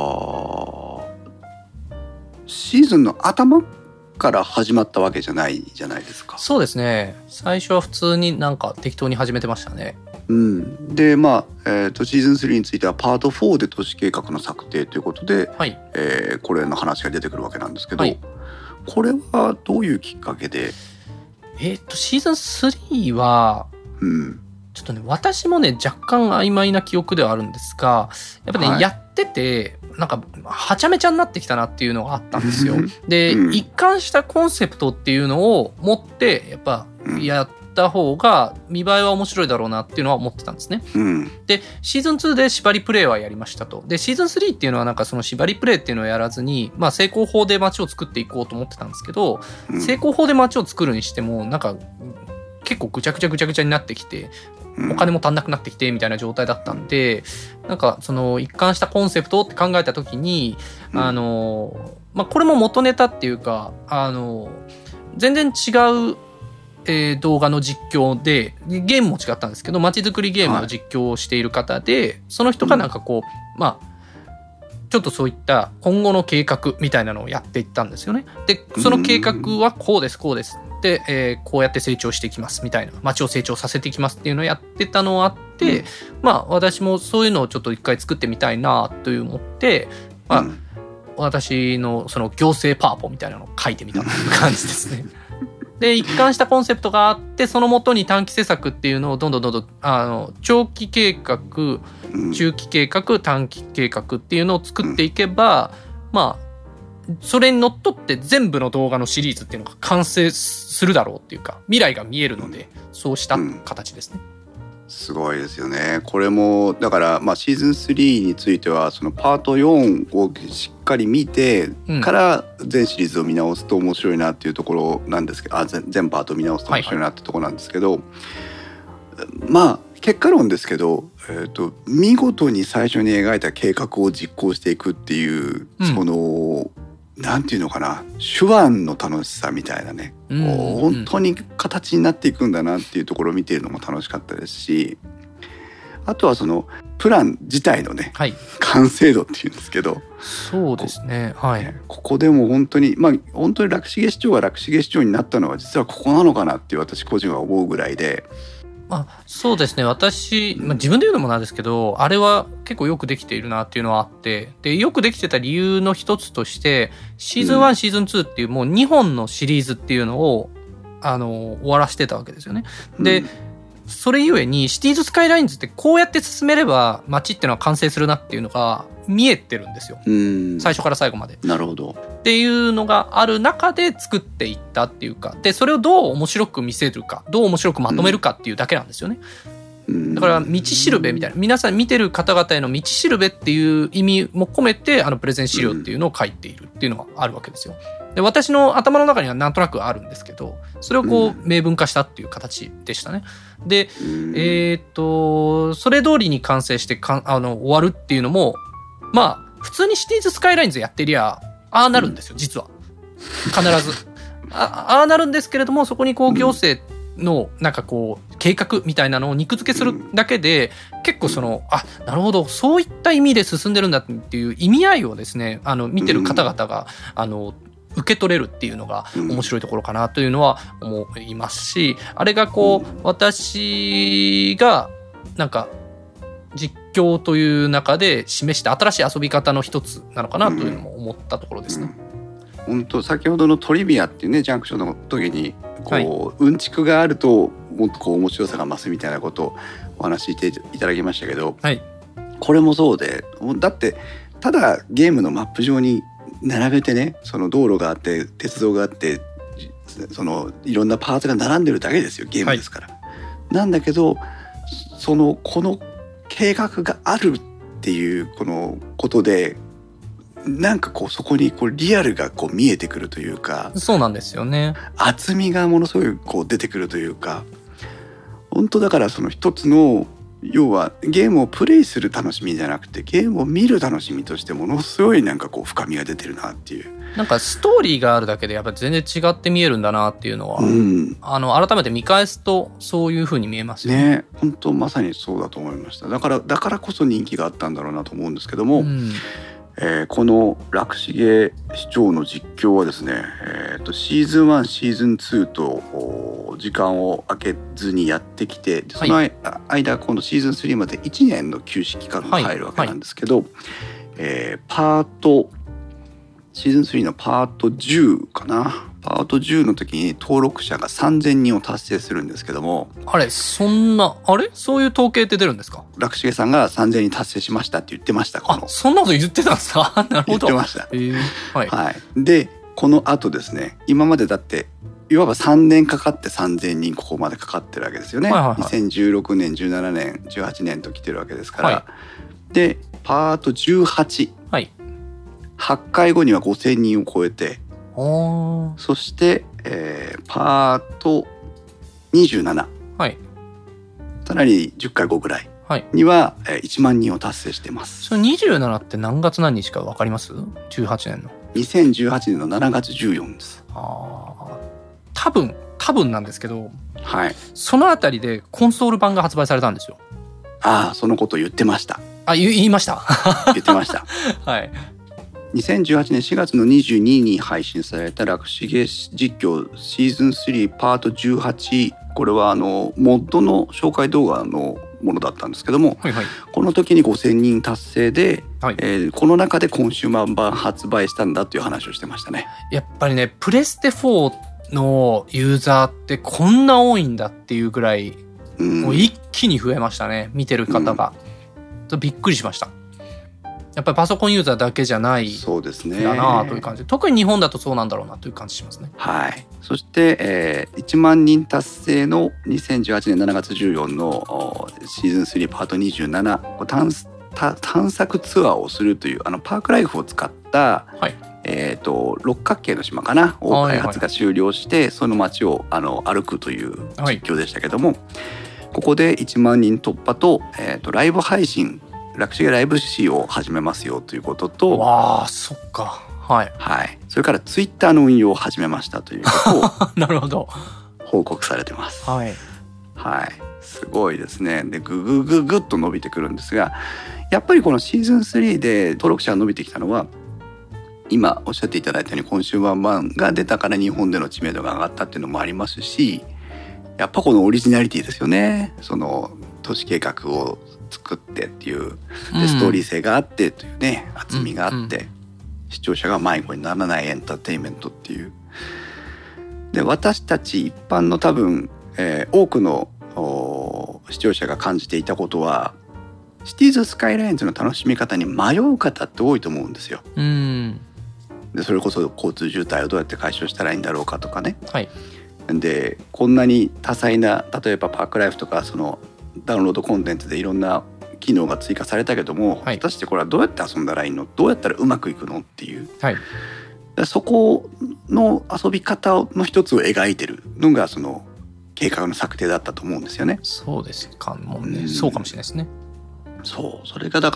シーズンの頭から始まったわけじゃないじゃないですか。 そうですね、最初は普通になんか適当に始めてましたね。 でシーズン3についてはパート4で都市計画の策定ということで、はい、これの話が出てくるわけなんですけど、はい、これはどういうきっかけで？ シーズン3は、ちょっとね私もね若干曖昧な記憶ではあるんですが、やっぱね、はい、やっててなんかはちゃめちゃになってきたなっていうのがあったんですよ。で、一貫したコンセプトっていうのを持ってやっぱやった方が見栄えは面白いだろうなっていうのは思ってたんですね。でシーズン2で縛りプレイはやりましたと。でシーズン3っていうのはなんかその縛りプレイっていうのをやらずに、成功法で街を作っていこうと思ってたんですけど、成功法で街を作るにしてもなんか結構ぐちゃぐちゃになってきて、 お金も足んなくなってきてみたいな状態だったんで、なんかその一貫したコンセプトって考えた時に、まあ、これも元ネタっていうか、全然違う、動画の実況で、ゲームも違ったんですけど、街づくりゲームの実況をしている方で、その人がなんかこう、まあ、ちょっとそういった今後の計画みたいなのをやっていったんですよね。で、その計画はこうです、こうです。で、こうやって成長していきますみたいな、街を成長させていきますっていうのをやってたのがあって、まあ、私もそういうのをちょっと一回作ってみたいなという思って、まあ、私のその行政パワポみたいなのを書いてみたという感じですね。で、一貫したコンセプトがあって、その元に短期施策っていうのをどんどん長期計画、中期計画、短期計画っていうのを作っていけば、まあ、それにのっとって全部の動画のシリーズっていうのが完成するだろうっていうか、未来が見えるので、そうした形ですね。 すごいですよね。これもだから、まあ、シーズン3についてはそのパート4をしっかり見てから全シリーズを見直すと面白いなっていうところなんですけど、全パート見直すと面白いなってところなんですけど、まあ結果論ですけど、見事に最初に描いた計画を実行していくっていう、そのなんていうのかな、手腕の楽しさみたいなね、本当に形になっていくんだなっていうところを見ているのも楽しかったですし、あとはそのプラン自体のね、完成度っていうんですけど、 そうですね、はい、 ここでも本当に本当に楽重市長が楽重市長になったのは実はここなのかなっていう私個人は思うぐらいで。 そうですね。私、自分で言うのもなんですけど、あれは結構よくできているなっていうのはあって、で、よくできてた理由の一つとして、シーズン1、シーズン2っていうもう2本のシリーズっていうのを、終わらせてたわけですよね。で、それゆえにシティーズスカイラインズってこうやって進めれば街っていうのは完成するなっていうのが見えてるんですよ。最初から最後まで。 なるほど。 っていうのがある中で作っていったっていうか、で、それをどう面白く見せるか、どう面白くまとめるかっていうだけなんですよね。だから、道しるべみたいな、皆さん見てる方々への道しるべっていう意味も込めて、プレゼン資料っていうのを書いているっていうのがあるわけですよ。で、私の頭の中にはなんとなくあるんですけど、それをこう、明文化したっていう形でしたね。で、それ通りに完成して終わるっていうのも、まあ、普通にシティーズスカイラインズやってりゃ、ああなるんですよ、実は。必ず。ああなるんですけれども、そこにこう行政のなんかこう、計画みたいなのを肉付けするだけで、結構その、なるほど、そういった意味で進んでるんだっていう意味合いをですね、見てる方々が、受け取れるっていうのが面白いところかなというのは思いますし、あれがこう、私が、なんか、実況という中で示した新しい遊び方の一つなのかなというのも思ったところですね。 本当、先ほどのトリビアっていうね、ジャンクションの時にこう、うんちくがあるともっとこう面白さが増すみたいなことをお話ししていただきましたけど、これもそうで、だってただゲームのマップ上に並べてね、その道路があって鉄道があってそのいろんなパーツが並んでるだけですよ、ゲームですから。なんだけどこの計画があるっていうこのことで、なんかこうそこにこうリアルがこう見えてくるというか、 そうなんですよね。 厚みがものすごいこう出てくるというか、本当だからその一つの要はゲームをプレイする楽しみじゃなくてゲームを見る楽しみとしてものすごいなんかこう深みが出てるなっていう。 なんかストーリーがあるだけでやっぱり全然違って見えるんだなっていうのは、改めて見返すとそういう風に見えますよね。 本当まさにそうだと思いました。だからこそ人気があったんだろうなと思うんですけども、この楽重市長の実況はですね、シーズン1シーズン2と時間を空けずにやってきて、その間今度シーズン3まで1年の休止期間が入るわけなんですけど、シーズン3のパート10かな、パート10の時に登録者が3000人を達成するんですけども、 そういう統計って出るんですか？ 楽重さんが3000人達成しましたって言ってました。 そんなこと言ってたんですか？なるほど。 言ってました。でこの後ですね、今までだっていわば3年かかって3000人ここまでかかってるわけですよね。2016年17年18年と来てるわけですから、でパート18、8回後には5000人を超えて、そして、パート27、 さらに10回後ぐらいには1万人を達成してます。 その27って何月何日か分かります？ 18 年の 2018年の7月14です。 多分なんですけど、 はい、 そのあたりでコンソール版が発売されたんですよ。 そのこと言ってました。 言いました言ってましたはい。 2018年4月の22日に配信されたラクシゲ実況シーズン3パート18、これはモッドの紹介動画のものだったんですけども、 はいはい、 この時に5000人達成で、 はい、 この中でコンシューマー版発売したんだという話をしてましたね。 やっぱりね、プレステ4のユーザーってこんな多いんだっていうぐらい、もう一気に増えましたね、見てる方が。びっくりしました。やっぱりパソコンユーザーだけじゃないそうですねだなという感じ。特に日本だとそうなんだろうなという感じしますね。 はい。そして、1万人達成の2018年7月14のシーズン3パート27、探索ツアーをするというパークライフを使った、はい、六角形の島かなを開発が終了して、はいはい、その街を歩くという実況でしたけども、はい、ここで1万人突破と、ライブ配信ラクシゲライブ C を始めますよということと、 わあ、そっか、はい、 はい、それからツイッターの運用を始めましたということをなるほど報告されてます。 はい、 はい、すごいですね。でグッと伸びてくるんですが、やっぱりこのシーズン3で登録者が伸びてきたのは、今おっしゃっていただいたようにコンシューマー版が出たから日本での知名度が上がったっていうのもありますし、やっぱこのオリジナリティですよね。その都市計画を作ってっていうでストーリー性があってというね、厚みがあって、視聴者が迷子にならないエンターテインメントっていうで、私たち一般の多分、多くの視聴者が感じていたことは、シティーズスカイラインズの楽しみ方に迷う方って多いと思うんですよ。でそれこそ交通渋滞をどうやって解消したらいいんだろうかとかね、はい、でこんなに多彩な、例えばパークライフとかそのダウンロードコンテンツでいろんな機能が追加されたけども、はい、果たしてこれはどうやって遊んだらいいの、どうやったらうまくいくのっていう、はい、そこの遊び方の一つを描いてるのがその計画の策定だったと思うんですよね。 そうですかもね、そうかもしれないですね。 それがだから、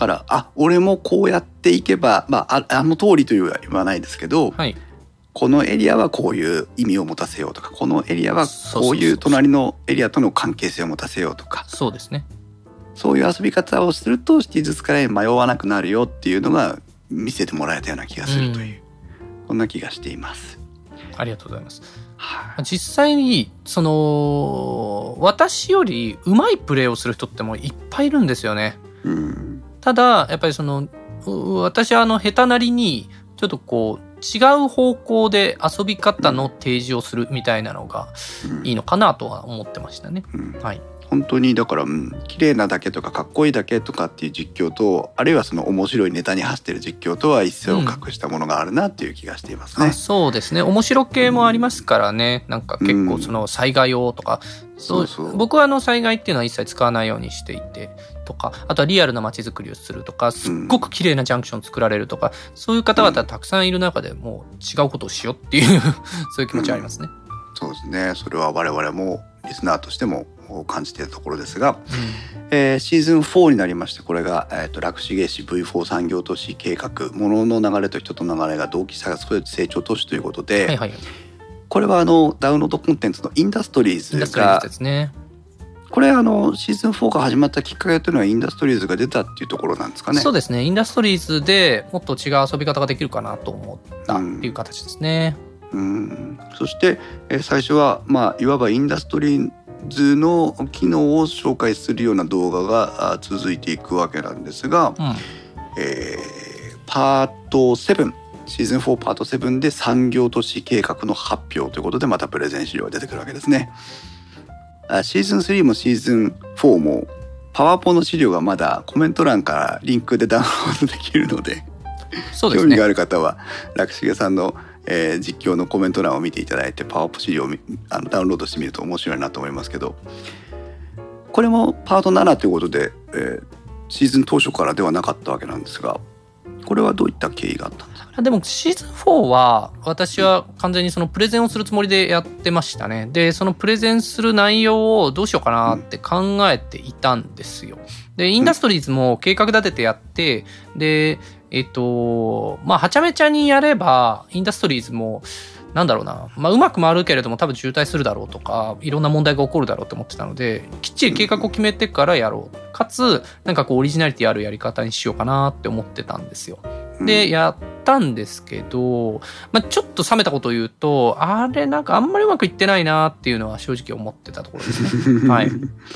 俺もこうやっていけば、あの通りとは言わないですけど、はい、このエリアはこういう意味を持たせようとか、このエリアはこういう隣のエリアとの関係性を持たせようとか、 そうですね、 そういう遊び方をするとシティーズスカイライン迷わなくなるよっていうのが見せてもらえたような気がするという、こんな気がしています。 ありがとうございます。実際にその私よりうまいプレーをする人ってもいっぱいいるんですよね。ただやっぱりその私は下手なりにちょっとこう違う方向で遊び方の提示をするみたいなのがいいのかなとは思ってましたね。はい、 本当にだから、綺麗なだけとかかっこいいだけとかっていう実況と、あるいはその面白いネタに走ってる実況とは一線を画したものがあるなっていう気がしていますね。 そうですね、面白系もありますからね、なんか結構その災害をとか、僕は災害っていうのは一切使わないようにしていてとか、あとはリアルな街づくりをするとか、すっごく綺麗なジャンクション作られるとか、そういう方々たくさんいる中でもう違うことをしようっていうそういう気持ちはありますね。 そうですね、それは我々もリスナーとしても感じているところですが、シーズン4になりまして、これが、ラクシゲ市 V4 産業都市計画、物の流れと人との流れが同期した成長都市ということで、はいはい、これはダウンロードコンテンツのインダストリーズがですね。 これシーズン4が始まったきっかけというのはインダストリーズが出たっていうところなんですかね。 そうですね、インダストリーズでもっと違う遊び方ができるかなと思ったっていう形ですね。 そして、最初はいわばインダストリーズの機能を紹介するような動画が続いていくわけなんですが、パート7、シーズン4パート7で産業都市計画の発表ということで、またプレゼン資料が出てくるわけですね。シーズン3もシーズン4もパワポの資料がまだコメント欄からリンクでダウンロードできるので、そうですね、興味がある方はラクシゲさんの実況のコメント欄を見ていただいて、パワーポ資料をダウンロードしてみると面白いなと思いますけど、これもパート7ということで、シーズン当初からではなかったわけなんですが、 これはどういった経緯があったんですかね。 でもシーズン4は私は完全にそのプレゼンをするつもりでやってましたね。で、そのプレゼンする内容をどうしようかなって考えていたんですよ。で、インダストリーズも計画立ててやって、で、はちゃめちゃにやれば、インダストリーズも、なんだろうな、うまく回るけれども多分渋滞するだろうとか、いろんな問題が起こるだろうと思ってたので、きっちり計画を決めてからやろう。かつ、なんかこうオリジナリティあるやり方にしようかなって思ってたんですよ。で、やったんですけど、ちょっと冷めたことを言うと、あれなんかあんまりうまくいってないなっていうのは正直思ってたところですね。はい。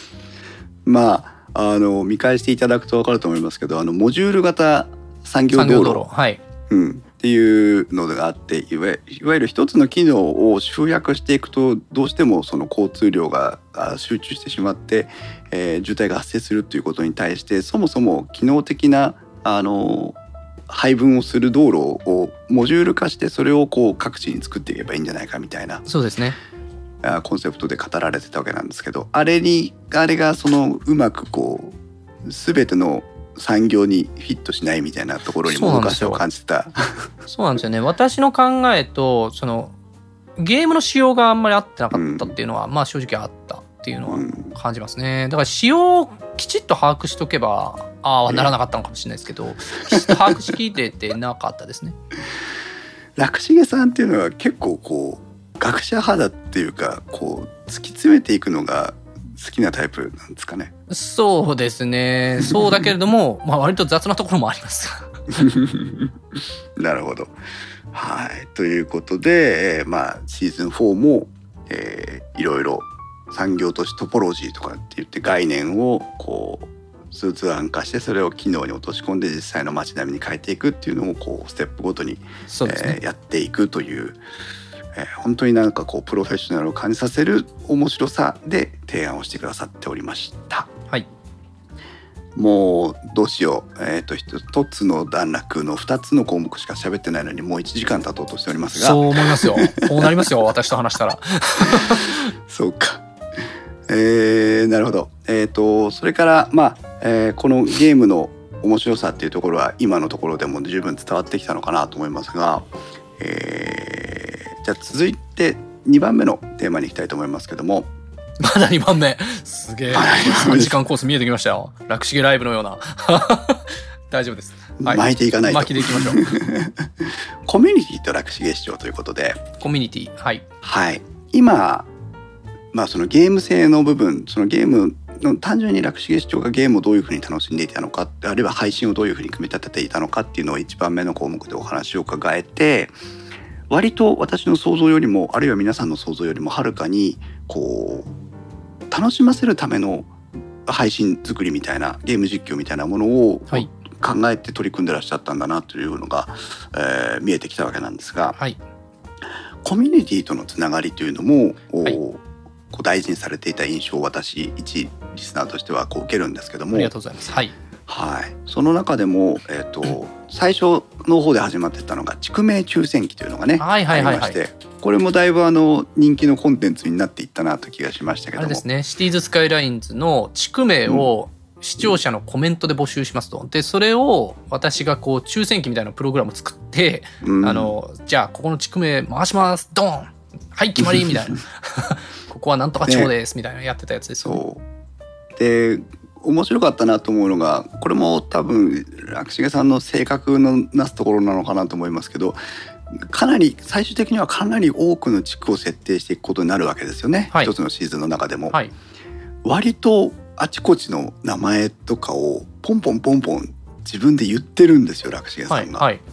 見返していただくと分かると思いますけど、モジュール型産業道路、 はい、 っていうのがあって、いわゆる一つの機能を集約していくとどうしてもその交通量が集中してしまって、渋滞が発生するということに対して、そもそも機能的な配分をする道路をモジュール化して、それをこう各地に作っていけばいいんじゃないかみたいな、 そうですね、 コンセプトで語られてたわけなんですけど、あれがそのうまくこう全ての産業にフィットしないみたいなところにもどかしさを感じた。 そうなんですよね。私の考えとそのゲームの仕様があんまり合ってなかったっていうのは、正直あったっていうのは感じますね。だから仕様をきちっと把握しとけばならなかったのかもしれないですけど、きちっと把握しきれてなかったですね。 楽重さんっていうのは結構こう学者派だっていうか、こう突き詰めていくのが好きなタイプなんですかね。 そうですね。そうだけれども、割と雑なところもあります。 なるほど。はい。ということで、シーズン4も、いろいろ産業都市トポロジーとかって言って概念をこう図案化して、それを機能に落とし込んで実際の街並みに変えていくっていうのをこうステップごとに、やっていくという。本当になんかこうプロフェッショナルを感じさせる面白さで提案をしてくださっておりました。 はい。 もうどうしよう、一つの段落の2つの項目しか喋ってないのにもう1時間経とうとしておりますが、 そう思いますよ。こうなりますよ。私と話したら。 そうか。なるほど。それからこのゲームの面白さっていうところは今のところでも十分伝わってきたのかなと思いますが、じゃあ続いて2番目のテーマに行きたいと思いますけども。 まだ2番目。すげえ。3時間コース見えてきましたよ。楽重ライブのような。大丈夫です。 はい、巻いていかないと。 巻きでいきましょう。 コミュニティと楽重視聴ということで。 コミュニティ。はい。 はい。今、そのゲーム性の部分、そのゲームの単純に楽重視聴がゲームをどういうふうに楽しんでいたのか、あるいは配信をどういうふうに組み立てていたのかっていうのを1番目の項目でお話を伺えて、割と私の想像よりも、あるいは皆さんの想像よりもはるかにこう楽しませるための配信作りみたいな、ゲーム実況みたいなものを考えて取り組んでらっしゃったんだなというのが、見えてきたわけなんですが、 はい、 コミュニティとのつながりというのも、こう大事にされていた印象を私一リスナーとしてはこう受けるんですけども。 ありがとうございます。はい。 はい、その中でも、最初の方で始まってたのが地名抽選機というのがね、ありまして、これもだいぶ人気のコンテンツになっていったなという気がしましたけども、 あれですね、シティーズスカイラインズの地区名を視聴者のコメントで募集しますと。でそれを私がこう抽選機みたいなプログラムを作って、じゃあここの地区名回します、ドン、はい決まりみたいなここはなんとか町です、みたいなやってたやつですよね。 そうで面白かったなと思うのが、これも多分楽重さんの性格のなすところなのかなと思いますけど、最終的にはかなり多くの地区を設定していくことになるわけですよね、はい、一つのシーズンの中でも、はい、割とあちこちの名前とかをポンポンポンポン自分で言ってるんですよ、楽重さんが、はいはい、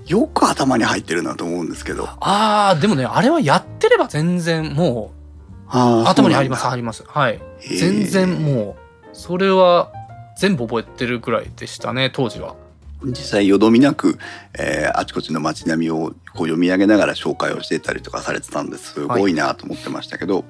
よく頭に入ってるなと思うんですけど。 でもね、あれはやってれば全然もう頭に入ります、入ります。はい。全然もうそれは全部覚えてるくらいでしたね、当時は。 実際よどみなく、あちこちの街並みをこう読み上げながら紹介をしていたりとかされてたんですごいなと思ってましたけど、はい、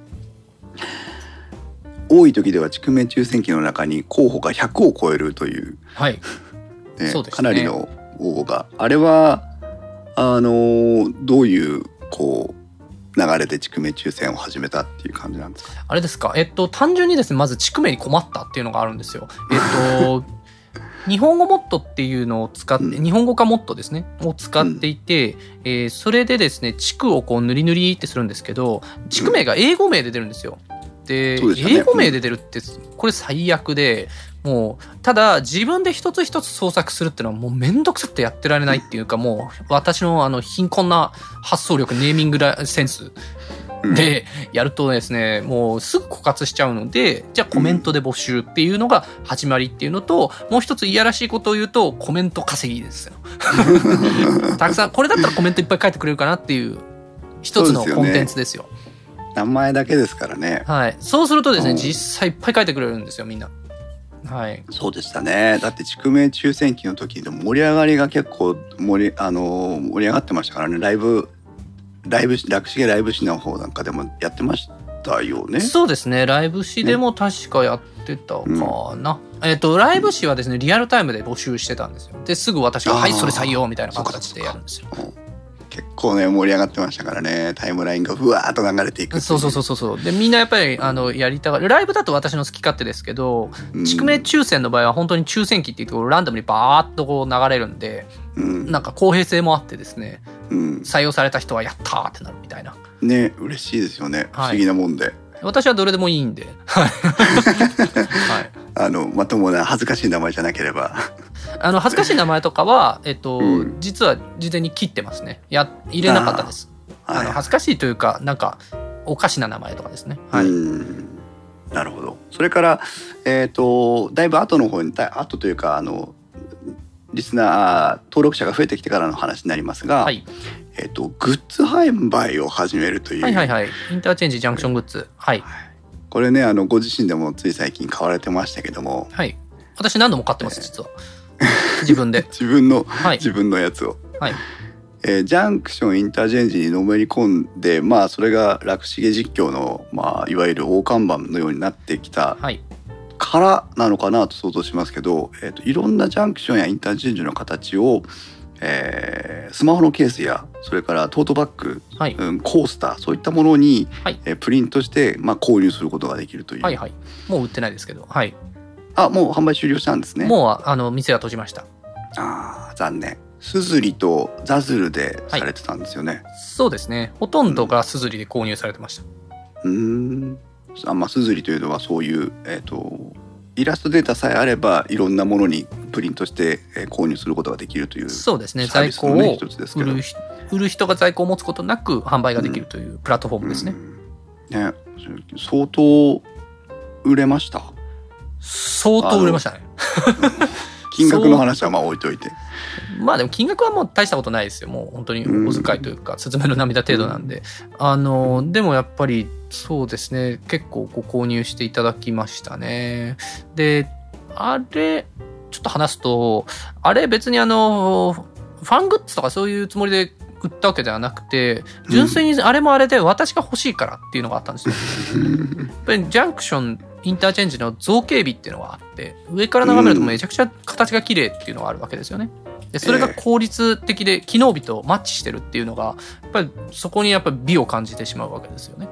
多い時では地区名抽選機の中に候補が100を超えるという、 はいそうですね、 かなりの応募が、あれはどういうこう流れで地区名抽選を始めたっていう感じなんですか？ あれですか、単純にですね、まず地区名に困ったっていうのがあるんですよ。 日本語モッドっていうのを使って、日本語化モッドですね、を使っていて、それでですね、地区をこう塗り塗りってするんですけど、地区名が英語名で出るんですよ。で、英語名で出るって、これ最悪で、もう、ただ自分で一つ一つ創作するっていうのはもうめんどくさくてやってられないっていうか、もう私の貧困な発想力、ネーミングセンスでやるとですね、もうすぐ枯渇しちゃうので、じゃあコメントで募集っていうのが始まりっていうのと、もう一ついやらしいことを言うとコメント稼ぎですよ。たくさん、これだったらコメントいっぱい書いてくれるかなっていう一つのコンテンツですよ。 名前だけですからね。 はい。そうするとですね、実際いっぱい書いてくれるんですよ、みんな。はい。 そうでしたね。だって地区名抽選機の時でも盛り上がりが結構盛り上がってましたからね。ライブ楽しげライブ誌の方なんかでもやってましたよね。 そうですね。ライブ誌でも確かやってたかな。ライブ誌はですね、リアルタイムで募集してたんですよ。で、すぐ私が、はい、それ採用みたいな形でやるんですよ。 結構ね、盛り上がってましたからね。タイムラインがふわーっと流れていく。 そう。で、みんなやっぱり、やりたがる。ライブだと私の好き勝手ですけど、地区名抽選の場合は本当に抽選機っていうところランダムにバーッとこう流れるんで、なんか公平性もあってですね、採用された人はやったーってなるみたいな。 ね、嬉しいですよね。不思議なもんで。 私はどれでもいいんで。はい。 まともな恥ずかしい名前じゃなければ。 恥ずかしい名前とかは、実は事前に切ってますね。入れなかったです。恥ずかしいというか、なんか、おかしな名前とかですね。はい。 なるほど。それから、だいぶ後の方に、後というか、リスナー、登録者が増えてきてからの話になりますが、はい、グッズ販売を始めるという。 はい。インターチェンジジャンクショングッズ。はい。 これね、ご自身でもつい最近買われてましたけども。 はい。私何度も買ってます、実は。自分で。 自分のやつを。 はい。 ジャンクションインターチェンジにのめり込んで、まあそれが楽しげ実況の、まあいわゆる大看板のようになってきたからなのかなと想像しますけど、いろんなジャンクションやインターチェンジの形を、スマホのケースやそれからトートバッグ、はい、コースターそういったものに、はい、プリントして、まあ、購入することができるという。 はいはい。もう売ってないですけど。はい。 もう販売終了したんですね。 もう店は閉じました。 残念。スズリとザズルでされてたんですよね。はい、 そうですね。ほとんどがスズリで購入されてました。 まあ、スズリというのはそういう、イラストデータさえあればいろんなものにプリントして、購入することができるという、 そうですね。在庫を売る人が在庫を持つことなく販売ができるというプラットフォームですね。 ね、相当売れました。 相当売れましたね。 金額の話はまあ置いといて。 まあでも金額はもう大したことないですよ。もう本当にお小遣いというか、スズメの涙程度なんで。でもやっぱりそうですね。結構ご購入していただきましたね。で、あれ、ちょっと話すと、あれ別にファングッズとかそういうつもりで売ったわけではなくて、純粋にあれもあれで私が欲しいからっていうのがあったんですよ。やっぱりジャンクション、インターチェンジの造形美っていうのがあって、上から眺めるとめちゃくちゃ形が綺麗っていうのがあるわけですよね。で、それが効率的で機能美とマッチしてるっていうのが、やっぱりそこにやっぱり美を感じてしまうわけですよね。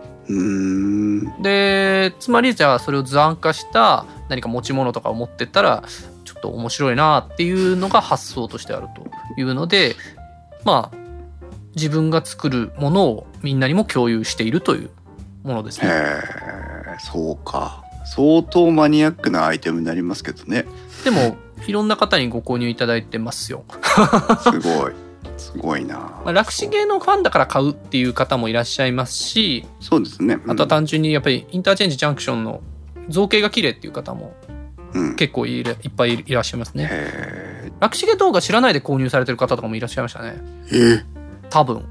で、つまりじゃあそれを図案化した何か持ち物とかを持ってったら、ちょっと面白いなっていうのが発想としてあるというので、まあ、自分が作るものをみんなにも共有しているというものですね。 そうか。相当マニアックなアイテムになりますけどね。 でもいろんな方にご購入いただいてますよ。 すごいな。 まあ、楽しげのファンだから買うっていう方もいらっしゃいますし、 そうですね。 あとは単純にやっぱりインターチェンジジャンクションの造形が綺麗っていう方も結構いっぱいいらっしゃいますね。楽しげ動画知らないで購入されてる方とかもいらっしゃいましたね。多分。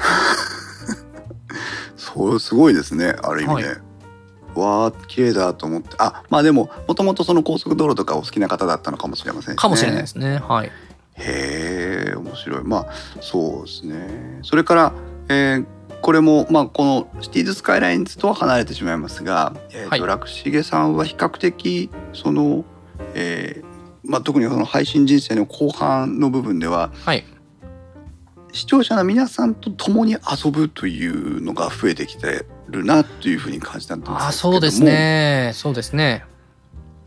そうすごいですね。ある意味ね。わー綺麗だと思って、まあでももともとその高速道路とかお好きな方だったのかもしれませんしね。 かもしれないですね。はい。 へえ、面白い。まあそうですね。それから、これもまあこのシティーズスカイラインズとは離れてしまいますが、楽重さんは比較的その、まあ特にその配信人生の後半の部分では、視聴者の皆さんと共に遊ぶというのが増えてきてるなというふうに感じたんですけども。 そうですね。そうですね。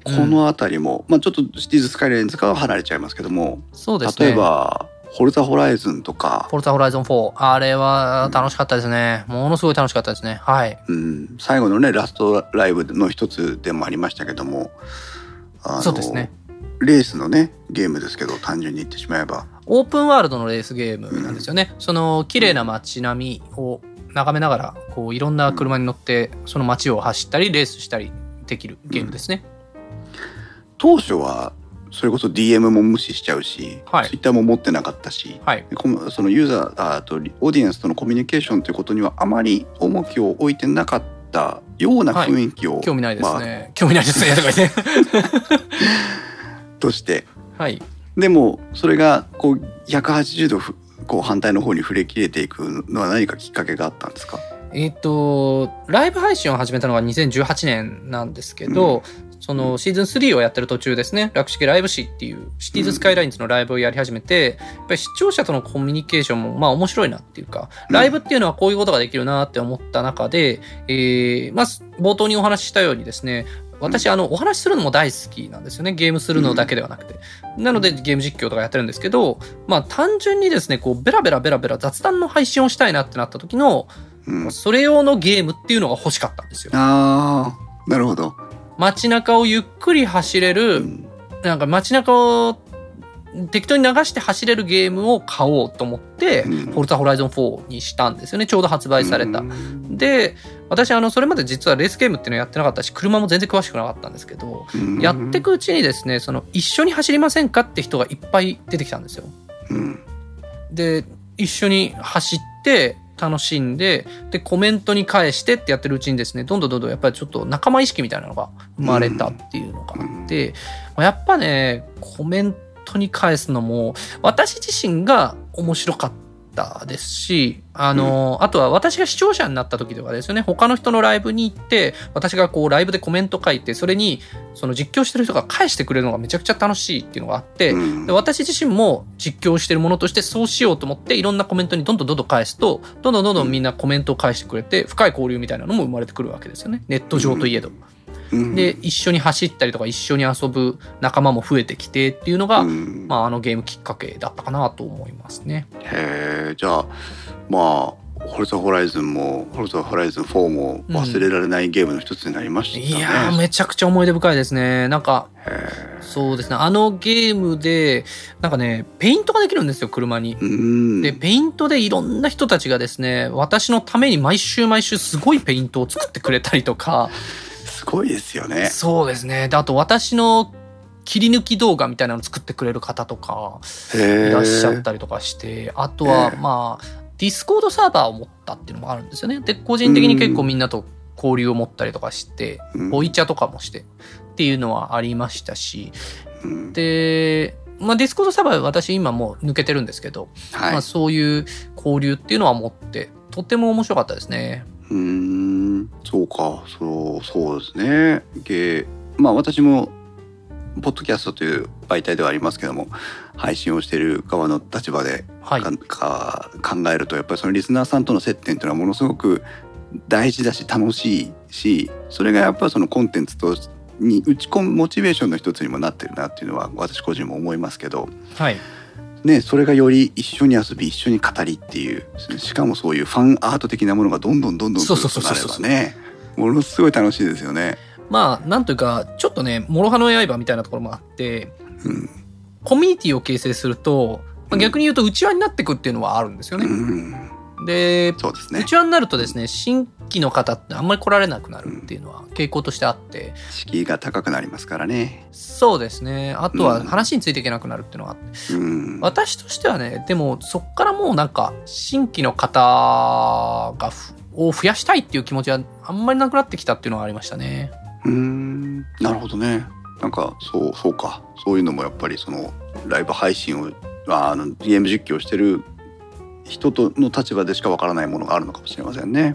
このあたりも、ちょっとシティーズスカイラインズからは離れちゃいますけども、 そうですね、 例えばフォルザホライズンとか、 フォルザホライゾン4、あれは楽しかったですね、ものすごい楽しかったですね。はい、 最後のねラストライブの一つでもありましたけども、 そうですね、 レースのねゲームですけど、単純に言ってしまえばオープンワールドのレースゲームなんですよね。その綺麗な街並みを眺めながらこういろんな車に乗ってその街を走ったりレースしたりできるゲームですね。 当初はそれこそ DM も無視しちゃうし、 はい、 Twitter も持ってなかったし、 はい、 そのユーザーとオーディエンスとのコミュニケーションということにはあまり重きを置いてなかったような雰囲気を、 興味ないですね、興味ないですねとか言ってとして、 はい、 でもそれがこう180度こう反対の方に振れ切れていくのは何かきっかけがあったんですか？ ライブ配信を始めたのが2018年なんですけど、そのシーズン3をやってる途中ですね、楽式ライブ誌っていうシティーズスカイラインズのライブをやり始めて、やっぱり視聴者とのコミュニケーションも面白いなっていうか、ライブっていうのはこういうことができるなって思った中で、冒頭にお話ししたようにですね、私お話しするのも大好きなんですよね、ゲームするのだけではなくて。なのでゲーム実況とかやってるんですけど、単純にですねこうベラベラ雑談の配信をしたいなってなった時の、それ用のゲームっていうのが欲しかったんですよ。 あー、なるほど。 街中をゆっくり走れる、なんか街中を適当に流して走れるゲームを買おうと思って、フォルザホライゾン4にしたんですよね。ちょうど発売された。で、私それまで実はレースゲームっていうのやってなかったし、車も全然詳しくなかったんですけど、やっていくうちにですね、その一緒に走りませんかって人がいっぱい出てきたんですよ。で、一緒に走って楽しんで、でコメントに返してってやってるうちにですね、どんどんやっぱりちょっと仲間意識みたいなのが生まれたっていうのがあって、やっぱねコメントに返すのも私自身が面白かったですし、あとは私が視聴者になった時とかですよね、他の人のライブに行って私がこうライブでコメント書いて、それにその実況してる人が返してくれるのがめちゃくちゃ楽しいっていうのがあって、で私自身も実況してるものとしてそうしようと思って、いろんなコメントにどんどん返すと、どんどんみんなコメントを返してくれて、深い交流みたいなのも生まれてくるわけですよね、ネット上といえど。で一緒に走ったりとか一緒に遊ぶ仲間も増えてきてっていうのが、ゲームきっかけだったかなと思いますね。 へえ、じゃあフォルザホライズンもフォルザホライズン4も忘れられないゲームの一つになりましたね。 いやーめちゃくちゃ思い出深いですね。なんかそうですね、ゲームでなんかねペイントができるんですよ、車に。でペイントでいろんな人たちがですね、私のために毎週すごいペイントを作ってくれたりとかすごいですよね。 そうですね。であと私の切り抜き動画みたいなの作ってくれる方とかいらっしゃったりとかして、あとはディスコードサーバーを持ったっていうのもあるんですよね。で個人的に結構みんなと交流を持ったりとかして、ボイチャとかもしてっていうのはありましたし、でディスコードサーバーは私今もう抜けてるんですけど、そういう交流っていうのは持ってとても面白かったですね。 そうか、そうですね。私もポッドキャストという媒体ではありますけども、配信をしている側の立場で、考えると、やっぱりそのリスナーさんとの接点というのはものすごく大事だし楽しいし、それがやっぱりそのコンテンツに打ち込むモチベーションの一つにもなってるなっていうのは私個人も思いますけど、それがより一緒に遊び一緒に語りっていう、しかもそういうファンアート的なものがどんどん来るとなればね、ものすごい楽しいですよね。 なんというかちょっとね諸刃の刃みたいなところもあって、コミュニティを形成すると、逆に言うと内輪になっていくっていうのはあるんですよね。で、 そうですね、 内輪になるとですね、新規の方ってあんまり来られなくなるっていうのは傾向としてあって、 敷居が高くなりますからね。 そうですね。あとは話についていけなくなるっていうのがあって、私としてはね、でもそっからもうなんか新規の方を増やしたいっていう気持ちはあんまりなくなってきたっていうのがありましたね。 なるほどね。なんかそうか、そういうのもやっぱりそのライブ配信をゲーム実況してる人との立場でしかわからないものがあるのかもしれませんね。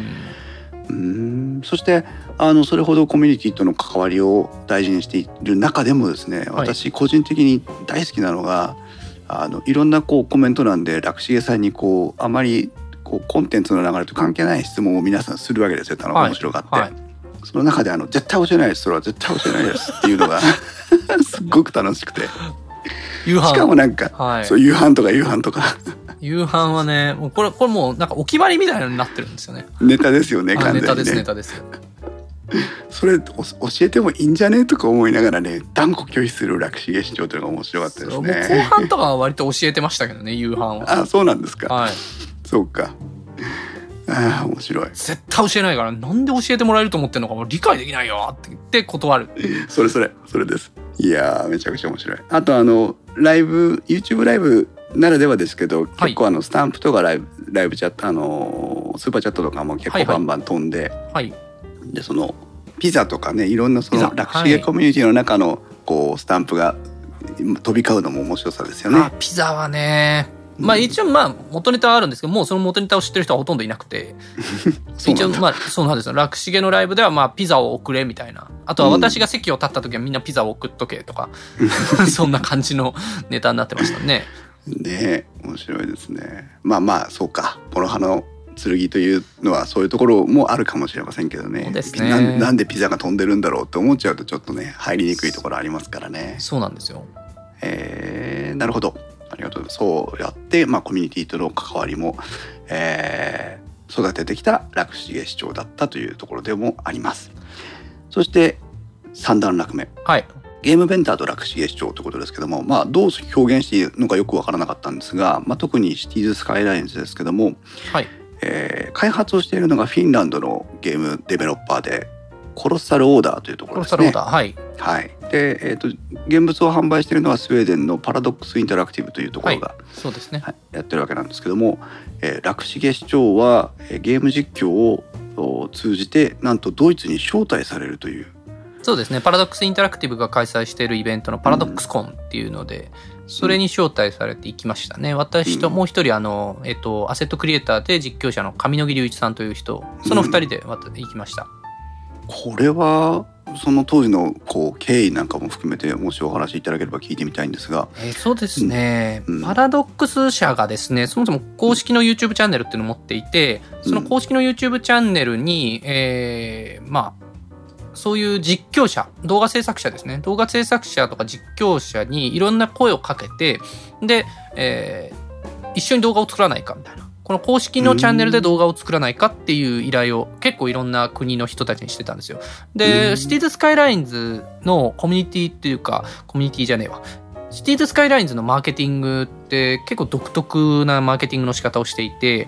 そしてそれほどコミュニティとの関わりを大事にしている中でもですね、私個人的に大好きなのがいろんなコメント欄で楽重さんにあまりコンテンツの流れと関係ない質問を皆さんするわけですよ。面白がって、 その中で絶対教えないです、それは絶対教えないですっていうのがすっごく楽しくて、 夕飯。 しかもなんか、 はい、 そう夕飯とか夕飯はね、もうこれもうなんかお決まりみたいなのになってるんですよね。 ネタですよね、完全にね。 ネタです。 それ教えてもいいんじゃねとか思いながらね、断固拒否する楽重市長というのが面白かったですね。 もう後半とかは割と教えてましたけどね、夕飯は。 あ、そうなんですか。 はい。 そうか。ああ、面白い。 絶対教えないから、なんで教えてもらえると思ってるのかもう理解できないよって言って断る。 それです。いやー、めちゃくちゃ面白い。あとライブ YouTube ライブならではですけど、結構スタンプとかライブチャットスーパーチャットとかも結構バンバン飛んで、 はい、 でそのピザとかね、いろんなその楽重コミュニティの中のこうスタンプが飛び交うのも面白さですよね。 ピザはね、まあ一応元ネタはあるんですけど、もうその元ネタを知ってる人はほとんどいなくて一応そうなんですよ。楽重のライブではピザを送れみたいな、あとは私が席を立った時はみんなピザを送っとけとか、そんな感じのネタになってましたね。 ね、面白いですね。そうか、モロハの剣というのはそういうところもあるかもしれませんけどね。 そうですね。 なんでピザが飛んでるんだろうって思っちゃうとちょっとね、入りにくいところありますからね。 そうなんですよ。 なるほど、ありがとうございます。そうやって、コミュニティとの関わりも、育ててきた楽重市長だったというところでもあります。そして3段落目、 はい、 ゲームベンターと楽重市長ということですけども、どう表現していいのかよく分からなかったんですが、特にシティーズスカイラインズですけども、 はい、 開発をしているのがフィンランドのゲームデベロッパーでコロッサルオーダーというところですね。 コロッサルオーダー、はい、 はい。で、現物を販売しているのはスウェーデンのパラドックスインタラクティブというところが、 そうですね、 やってるわけなんですけども、楽重市長はゲーム実況を通じてなんとドイツに招待されるという。 そうですね、パラドックスインタラクティブが開催しているイベントのパラドックスコンっていうので、それに招待されて行きましたね。私ともう一人アセットクリエイターで実況者の上野木隆一さんという人、その2人で行きました。 これはその当時の経緯なんかも含めてもしお話しいただければ聞いてみたいんですが。 そうですね、パラドックス社がですね、そもそも公式の YouTube チャンネルっていうのを持っていて、その公式の YouTube チャンネルに、そういう実況者、動画制作者ですね、動画制作者とか実況者にいろんな声をかけて、で、一緒に動画を作らないかみたいな、この公式のチャンネルで動画を作らないかっていう依頼を結構いろんな国の人たちにしてたんですよ。で、シティーズスカイラインズのコミュニティっていうか、コミュニティじゃねえわ。シティーズスカイラインズのマーケティングって結構独特なマーケティングの仕方をしていて、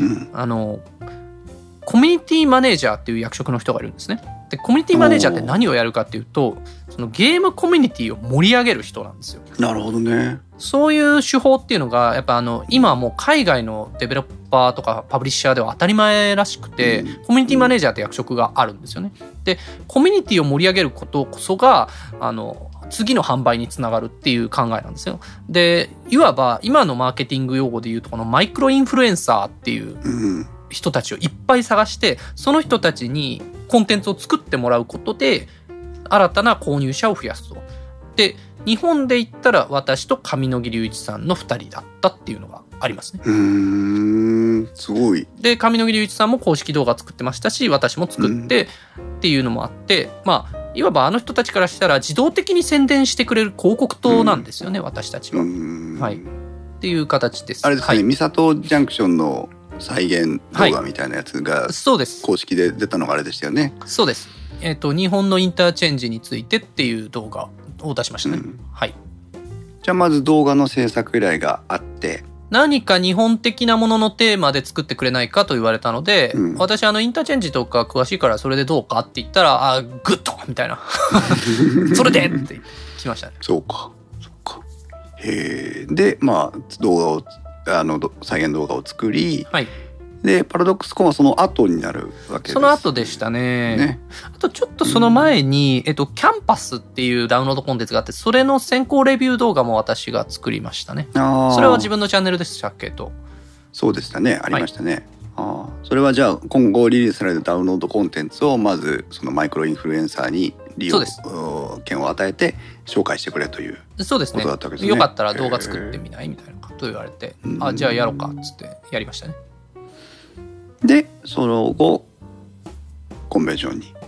コミュニティマネージャーっていう役職の人がいるんですね。で、コミュニティマネージャーって何をやるかっていうと、そのゲームコミュニティを盛り上げる人なんですよ。 なるほどね。 そういう手法っていうのがやっぱ今はもう海外のデベロッパーとかパブリッシャーでは当たり前らしくて、コミュニティマネージャーって役職があるんですよね。で、コミュニティを盛り上げることこそが次の販売につながるっていう考えなんですよ。で、いわば今のマーケティング用語でいうとこのマイクロインフルエンサーっていう人たちをいっぱい探して、その人たちにコンテンツを作ってもらうことで新たな購入者を増やすと。で、日本で言ったら私と上野木隆一さんの2人だったっていうのがありますね。 すごい。 で、上野木隆一さんも公式動画作ってましたし、私も作ってっていうのもあって、いわばあの人たちからしたら自動的に宣伝してくれる広告塔なんですよね、私たちは。はい。っていう形です。 あれですね、三郷ジャンクションの再現動画みたいなやつが、そうです。公式で出たのがあれでしたよね。 そうです。日本のインターチェンジについてっていう動画を出しましたね。はい。 じゃあまず動画の制作依頼があって、 何か日本的なもののテーマで作ってくれないかと言われたので、私インターチェンジとか詳しいからそれでどうかって言ったら、グッドみたいなそれでって来ましたね。 そうか。へえ。で、動画を再現動画を作り、はい、でパラドックスコンはその後になるわけです。 その後でしたね。あとちょっとその前に、キャンパスっていうダウンロードコンテンツがあって、それの先行レビュー動画も私が作りましたね。それは自分のチャンネルでしたけど。そうでしたね、 ありましたね。それはじゃあ今後リリースされるダウンロードコンテンツをまずそのマイクロインフルエンサーに利用権を与えて紹介してくれということだったわけですね。 よかったら動画作ってみないみたいなこと言われて、じゃあやろうかっつってやりましたね。 でその後コンベンションに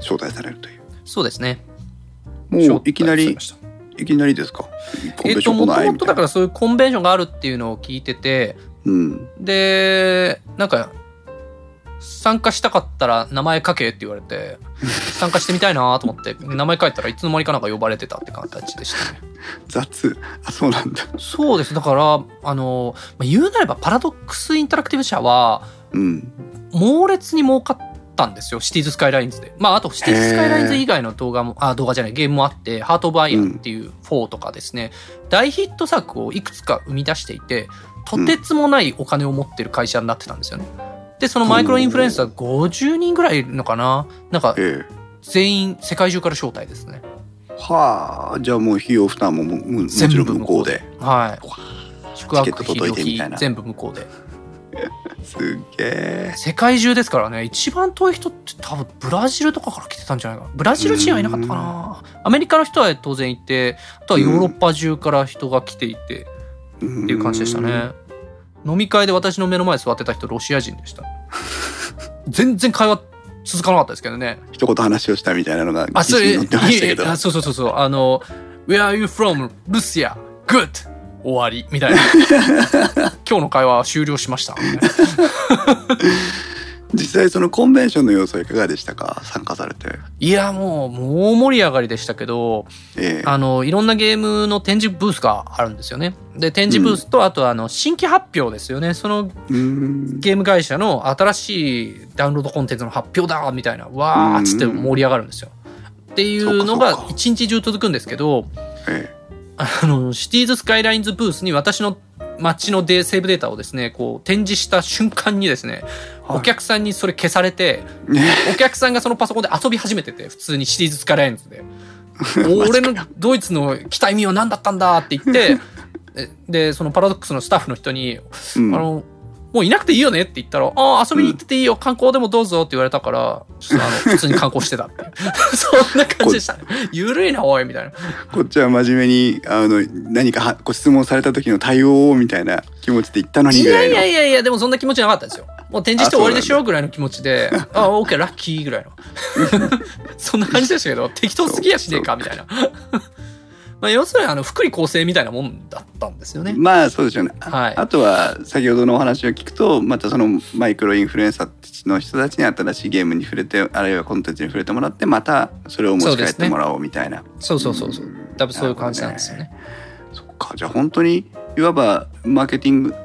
招待されるという。 そうですね。 もういきなりですか？コンベンション来ないみたいな。 もともとだからそういうコンベンションがあるっていうのを聞いてて、 うん、 でなんか参加したかったら名前書けって言われて参加してみたいなと思って名前書いたらいつの間にかなんか呼ばれてたって感じでしたね。 雑。あ、そうなんだ。 そうです。だから言うなればパラドックスインタラクティブ社は、 うん、 猛烈に儲かったんですよ、シティーズスカイラインズで。あとシティーズスカイラインズ以外の動画じゃないゲームもあって、ハートオブアイアンっていう4とかですね、大ヒット作をいくつか生み出していて、とてつもないお金を持ってる会社になってたんですよね。でそのマイクロインフルエンサー50人ぐらいいるのかな、なんか全員世界中から招待ですね。 はあ、じゃあもう費用負担ももちろん向こうで。 はい。宿泊費料費全部向こうで。 すげえ。 世界中ですからね。一番遠い人って多分ブラジルとかから来てたんじゃないかな。ブラジル人はいなかったかな。アメリカの人は当然いて、あとはヨーロッパ中から人が来ていてっていう感じでしたね。飲み会で私の目の前で座ってた人ロシア人でした。全然会話続かなかったですけどね。 一言話をしたみたいなのが記事に載ってましたけど。 そうWhere are you from? Russia. Good. 終わりみたいな。今日の会話は終了しました。 実際そのコンベンションの様子はいかがでしたか？参加されて。 いやもう盛り上がりでしたけど、いろんなゲームの展示ブースがあるんですよね。で展示ブースと、あと新規発表ですよね。そのゲーム会社の新しいダウンロードコンテンツの発表だみたいな、わーっつって盛り上がるんですよ。っていうのが一日中続くんですけど、シティーズスカイラインズブースに私の街のセーブデータをですねこう展示した瞬間にですね、お客さんにそれ消されて、お客さんがそのパソコンで遊び始めてて、普通にシティーズスカイラインズで俺のドイツの来た意味は何だったんだって言ってでそのパラドックスのスタッフの人に、もういなくていいよねって言ったら、遊びに行ってていいよ、観光でもどうぞって言われたから、普通に観光してたっていうそんな感じでしたね。ゆるいなおいみたいな。 こっちは真面目に何かご質問された時の対応をみたいな気持ちで言ったのにぐらいの。 いやでもそんな気持ちなかったですよ。もう展示して終わりでしょぐらいの気持ちで、オーケーラッキーぐらいのそんな感じでしたけど、適当すぎやしねえかみたいな要するに福利厚生みたいなもんだったんですよね。 まあそうですよね、 はい、 あとは先ほどのお話を聞くと、またそのマイクロインフルエンサーの人たちに新しいゲームに触れて、あるいはコンテンツに触れてもらって、またそれを持ち帰ってもらおうみたいな。 そう多分そういう感じなんですよね。 そっか、じゃあ本当にいわばマーケティング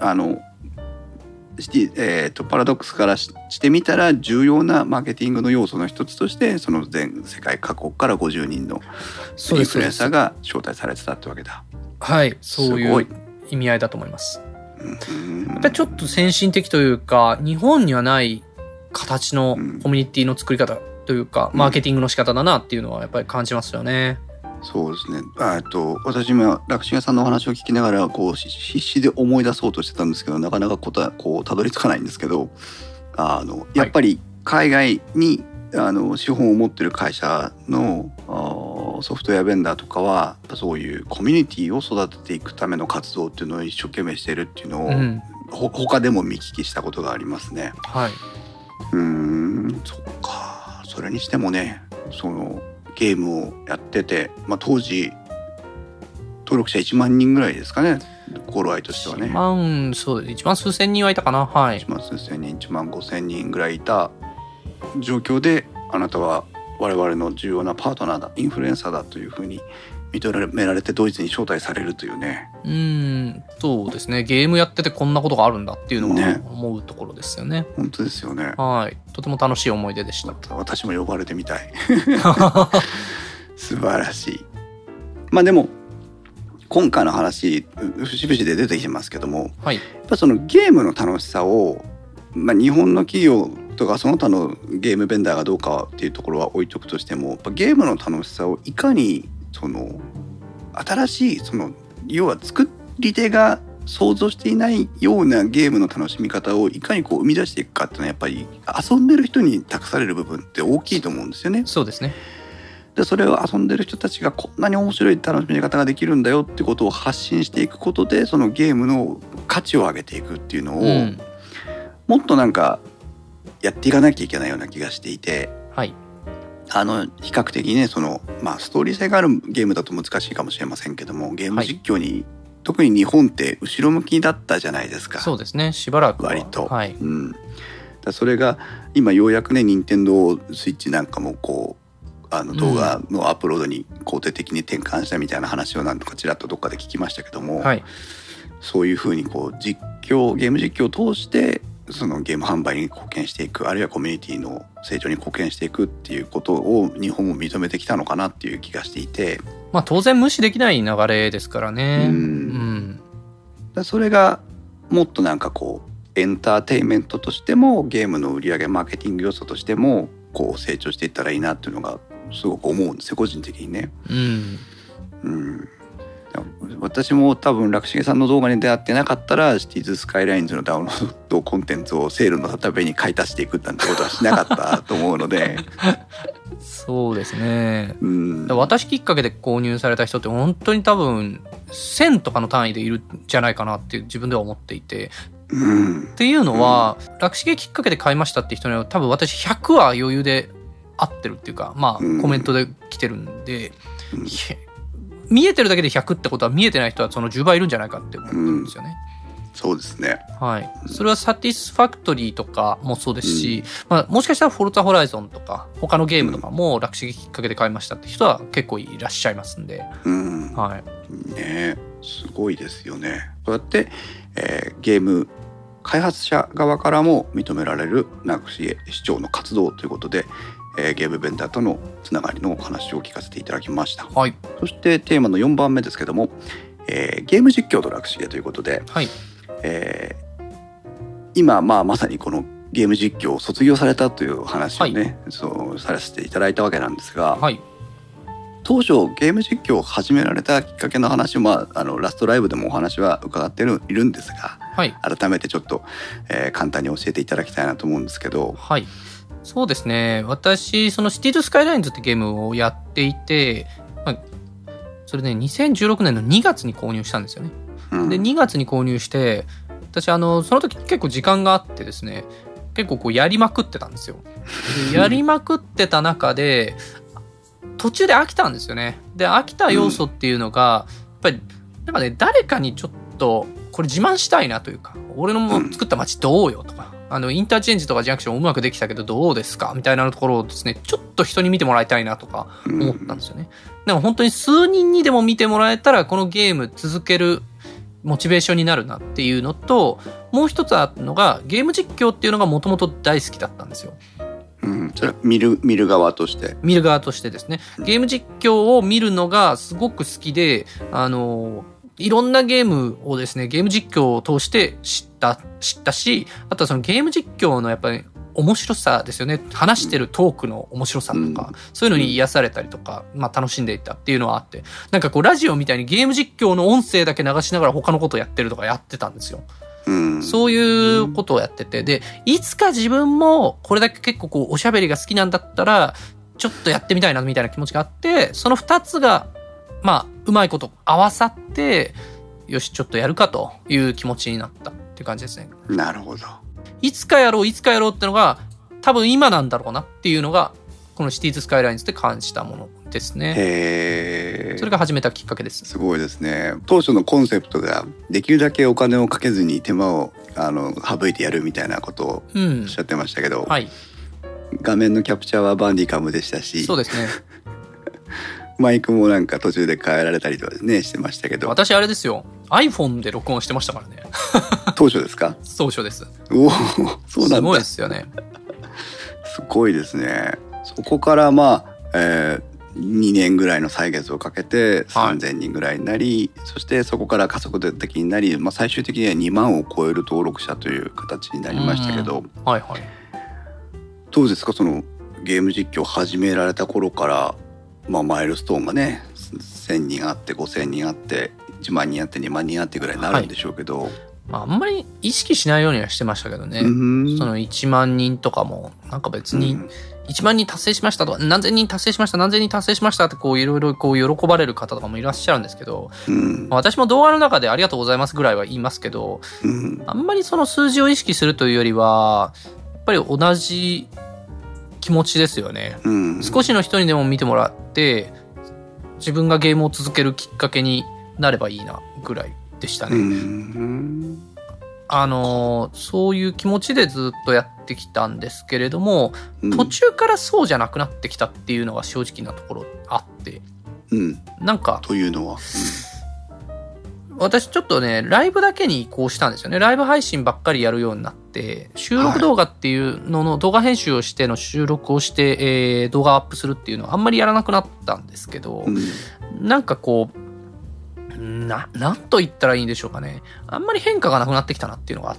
パラドックスからしてみたら重要なマーケティングの要素の一つとして、その全世界各国から50人のインフルエンサーが招待されてたってわけだ。はい、そういう意味合いだと思います。やっぱりちょっと先進的というか、日本にはない形のコミュニティの作り方というか、マーケティングの仕方だなっていうのはやっぱり感じますよね。そうですね。私今楽信屋さんのお話を聞きながら必死で思い出そうとしてたんですけど、なかなかたどり着かないんですけど、やっぱり海外に資本を持ってる会社のソフトウェアベンダーとかは、そういうコミュニティを育てていくための活動っていうのを一生懸命してるっていうのを、他でも見聞きしたことがありますね。はい。そっか。それにしてもね、そのゲームをやってて、当時登録者1万人ぐらいですかね、頃合いとしてはね。1万数千人はいたかな。はい。1万数千人、1万5千人ぐらいいた状況で、あなたは我々の重要なパートナーだ、インフルエンサーだというふうに認められてドイツに招待されるというね。そうですね。ゲームやっててこんなことがあるんだっていうのは思うところですよね。本当ですよね。はい。とても楽しい思い出でした。私も呼ばれてみたい。素晴らしい。でも今回の話節々で出てきてますけども、やっぱそのゲームの楽しさを、日本の企業とかその他のゲームベンダーがどうかっていうところは置いとくとしても、やっぱゲームの楽しさをいかに新しい要は作り手が想像していないようなゲームの楽しみ方をいかに生み出していくかっていうのは、やっぱり遊んでる人に託される部分って大きいと思うんですよね。そうですね。でそれを遊んでる人たちがこんなに面白い楽しみ方ができるんだよってことを発信していくことで、そのゲームの価値を上げていくっていうのを、もっとやっていかなきゃいけないような気がしていて、 比較的ねストーリー性があるゲームだと難しいかもしれませんけども、ゲーム実況に、特に日本って後ろ向きだったじゃないですか。 そうですね、しばらくは割と、 はいそれが今ようやくね任天堂スイッチなんかもこう動画のアップロードに肯定的に転換したみたいな話をなんとかちらっとどっかで聞きましたけども、そういうふうにこうゲーム実況を通してそのゲーム販売に貢献していく、あるいはコミュニティの成長に貢献していくっていうことを日本も認めてきたのかなっていう気がしていて、 当然無視できない流れですからね。 それがもっとなんかこうエンターテインメントとしてもゲームの売り上げマーケティング要素としてもこう成長していったらいいなっていうのがすごく思うんですよ、個人的にね。私も多分楽重さんの動画に出会ってなかったらシティーズスカイラインズのダウンロードコンテンツをセールのために買い足していくなんてことはしなかったと思うのでそうですね、私きっかけで購入された人って本当に多分1000とかの単位でいるんじゃないかなって自分では思っていて、っていうのは、楽重きっかけで買いましたって人には多分私100は余裕で合ってるっていうか、コメントで来てるんで、見えてるだけで100ってことは見えてない人はその10倍いるんじゃないかって思ってるんですよね。 そうですね。 それはサティスファクトリーとかもそうですし、もしかしたらフォルツァホライゾンとか他のゲームとかも楽重きっかけで買いましたって人は結構いらっしゃいますんで、 ね、すごいですよね。そうやって、ゲーム開発者側からも認められる楽重市長の活動ということで、ゲームベンダーとのつながりのお話を聞かせていただきました。そしてテーマの4番目ですけども、ゲーム実況と楽重ということで、今まさにこのゲーム実況を卒業されたという話をね、そうさせていただいたわけなんですが、当初ゲーム実況を始められたきっかけの話を、ラストライブでもお話は伺っているんですが、改めてちょっと、簡単に教えていただきたいなと思うんですけど。 そうですね、私そのシティーズスカイラインズってゲームをやっていて、それね2016年の2月に購入したんですよね。で2月に購入して私その時結構時間があってですね、結構こうやりまくってたんですよ。でやりまくってた中で途中で飽きたんですよね。で飽きた要素っていうのが、やっぱりなんかね、誰かにちょっとこれ自慢したいなというか、俺の作った街どうよとか、インターチェンジとかジャンクションうまくできたけどどうですかみたいなところをですね、ちょっと人に見てもらいたいなとか思ったんですよね。でも本当に数人にでも見てもらえたらこのゲーム続けるモチベーションになるなっていうのと、もう一つあるのがゲーム実況っていうのがもともと大好きだったんですよ。 それは見る側としてですね、ゲーム実況を見るのがすごく好きで、いろんなゲームをですね、ゲーム実況を通して知ったし、あとはそのゲーム実況のやっぱり面白さですよね。話してるトークの面白さとか、そういうのに癒されたりとか、楽しんでいったっていうのはあって、なんかこうラジオみたいにゲーム実況の音声だけ流しながら他のことをやってるとかやってたんですよ。そういうことをやってて、で、いつか自分もこれだけ結構こうおしゃべりが好きなんだったら、ちょっとやってみたいなみたいな気持ちがあって、その2つがうまいこと合わさって、よしちょっとやるかという気持ちになったっていう感じですね。 なるほど。 いつかやろうってのが多分今なんだろうなっていうのがこのシティーズスカイラインズで感じたものですね。それが始めたきっかけです。 すごいですね。当初のコンセプトができるだけお金をかけずに手間を省いてやるみたいなことをおっしゃってましたけど、画面のキャプチャーはバンディカムでしたし、 そうですねマイクもなんか途中で変えられたりとかねしてましたけど、 私あれですよ、 iPhone で録音してましたからね当初ですか？ 当初です。 おお、そうなんだ。 すごいですよね。 すごいですね。そこから2年ぐらいの歳月をかけて3000人ぐらいになり、そしてそこから加速度的になり、最終的には2万を超える登録者という形になりましたけど、どうですか、そのゲーム実況を始められた頃から、マイルストーンがね1000人あって5000人あって1万人あって2万人あってぐらいになるんでしょうけど、 あんまり意識しないようにはしてましたけどね。その1万人とかもなんか別に1万人達成しましたとか、何千人達成しました何千人達成しましたってこういろいろこう喜ばれる方とかもいらっしゃるんですけど、私も動画の中でありがとうございますぐらいは言いますけど、あんまりその数字を意識するというよりはやっぱり同じ気持ちですよね。 うん、 少しの人にでも見てもらって自分がゲームを続けるきっかけになればいいなぐらいでしたね。そういう気持ちでずっとやってきたんですけれども、途中からそうじゃなくなってきたっていうのが正直なところあって、なんかというのは、 私ちょっとねライブだけに移行したんですよね。ライブ配信ばっかりやるようになって収録動画っていうのの動画編集をしての収録をして、動画アップするっていうのはあんまりやらなくなったんですけど、なんかこうなんと言ったらいいんでしょうかね。あんまり変化がなくなってきたなっていうのがあって。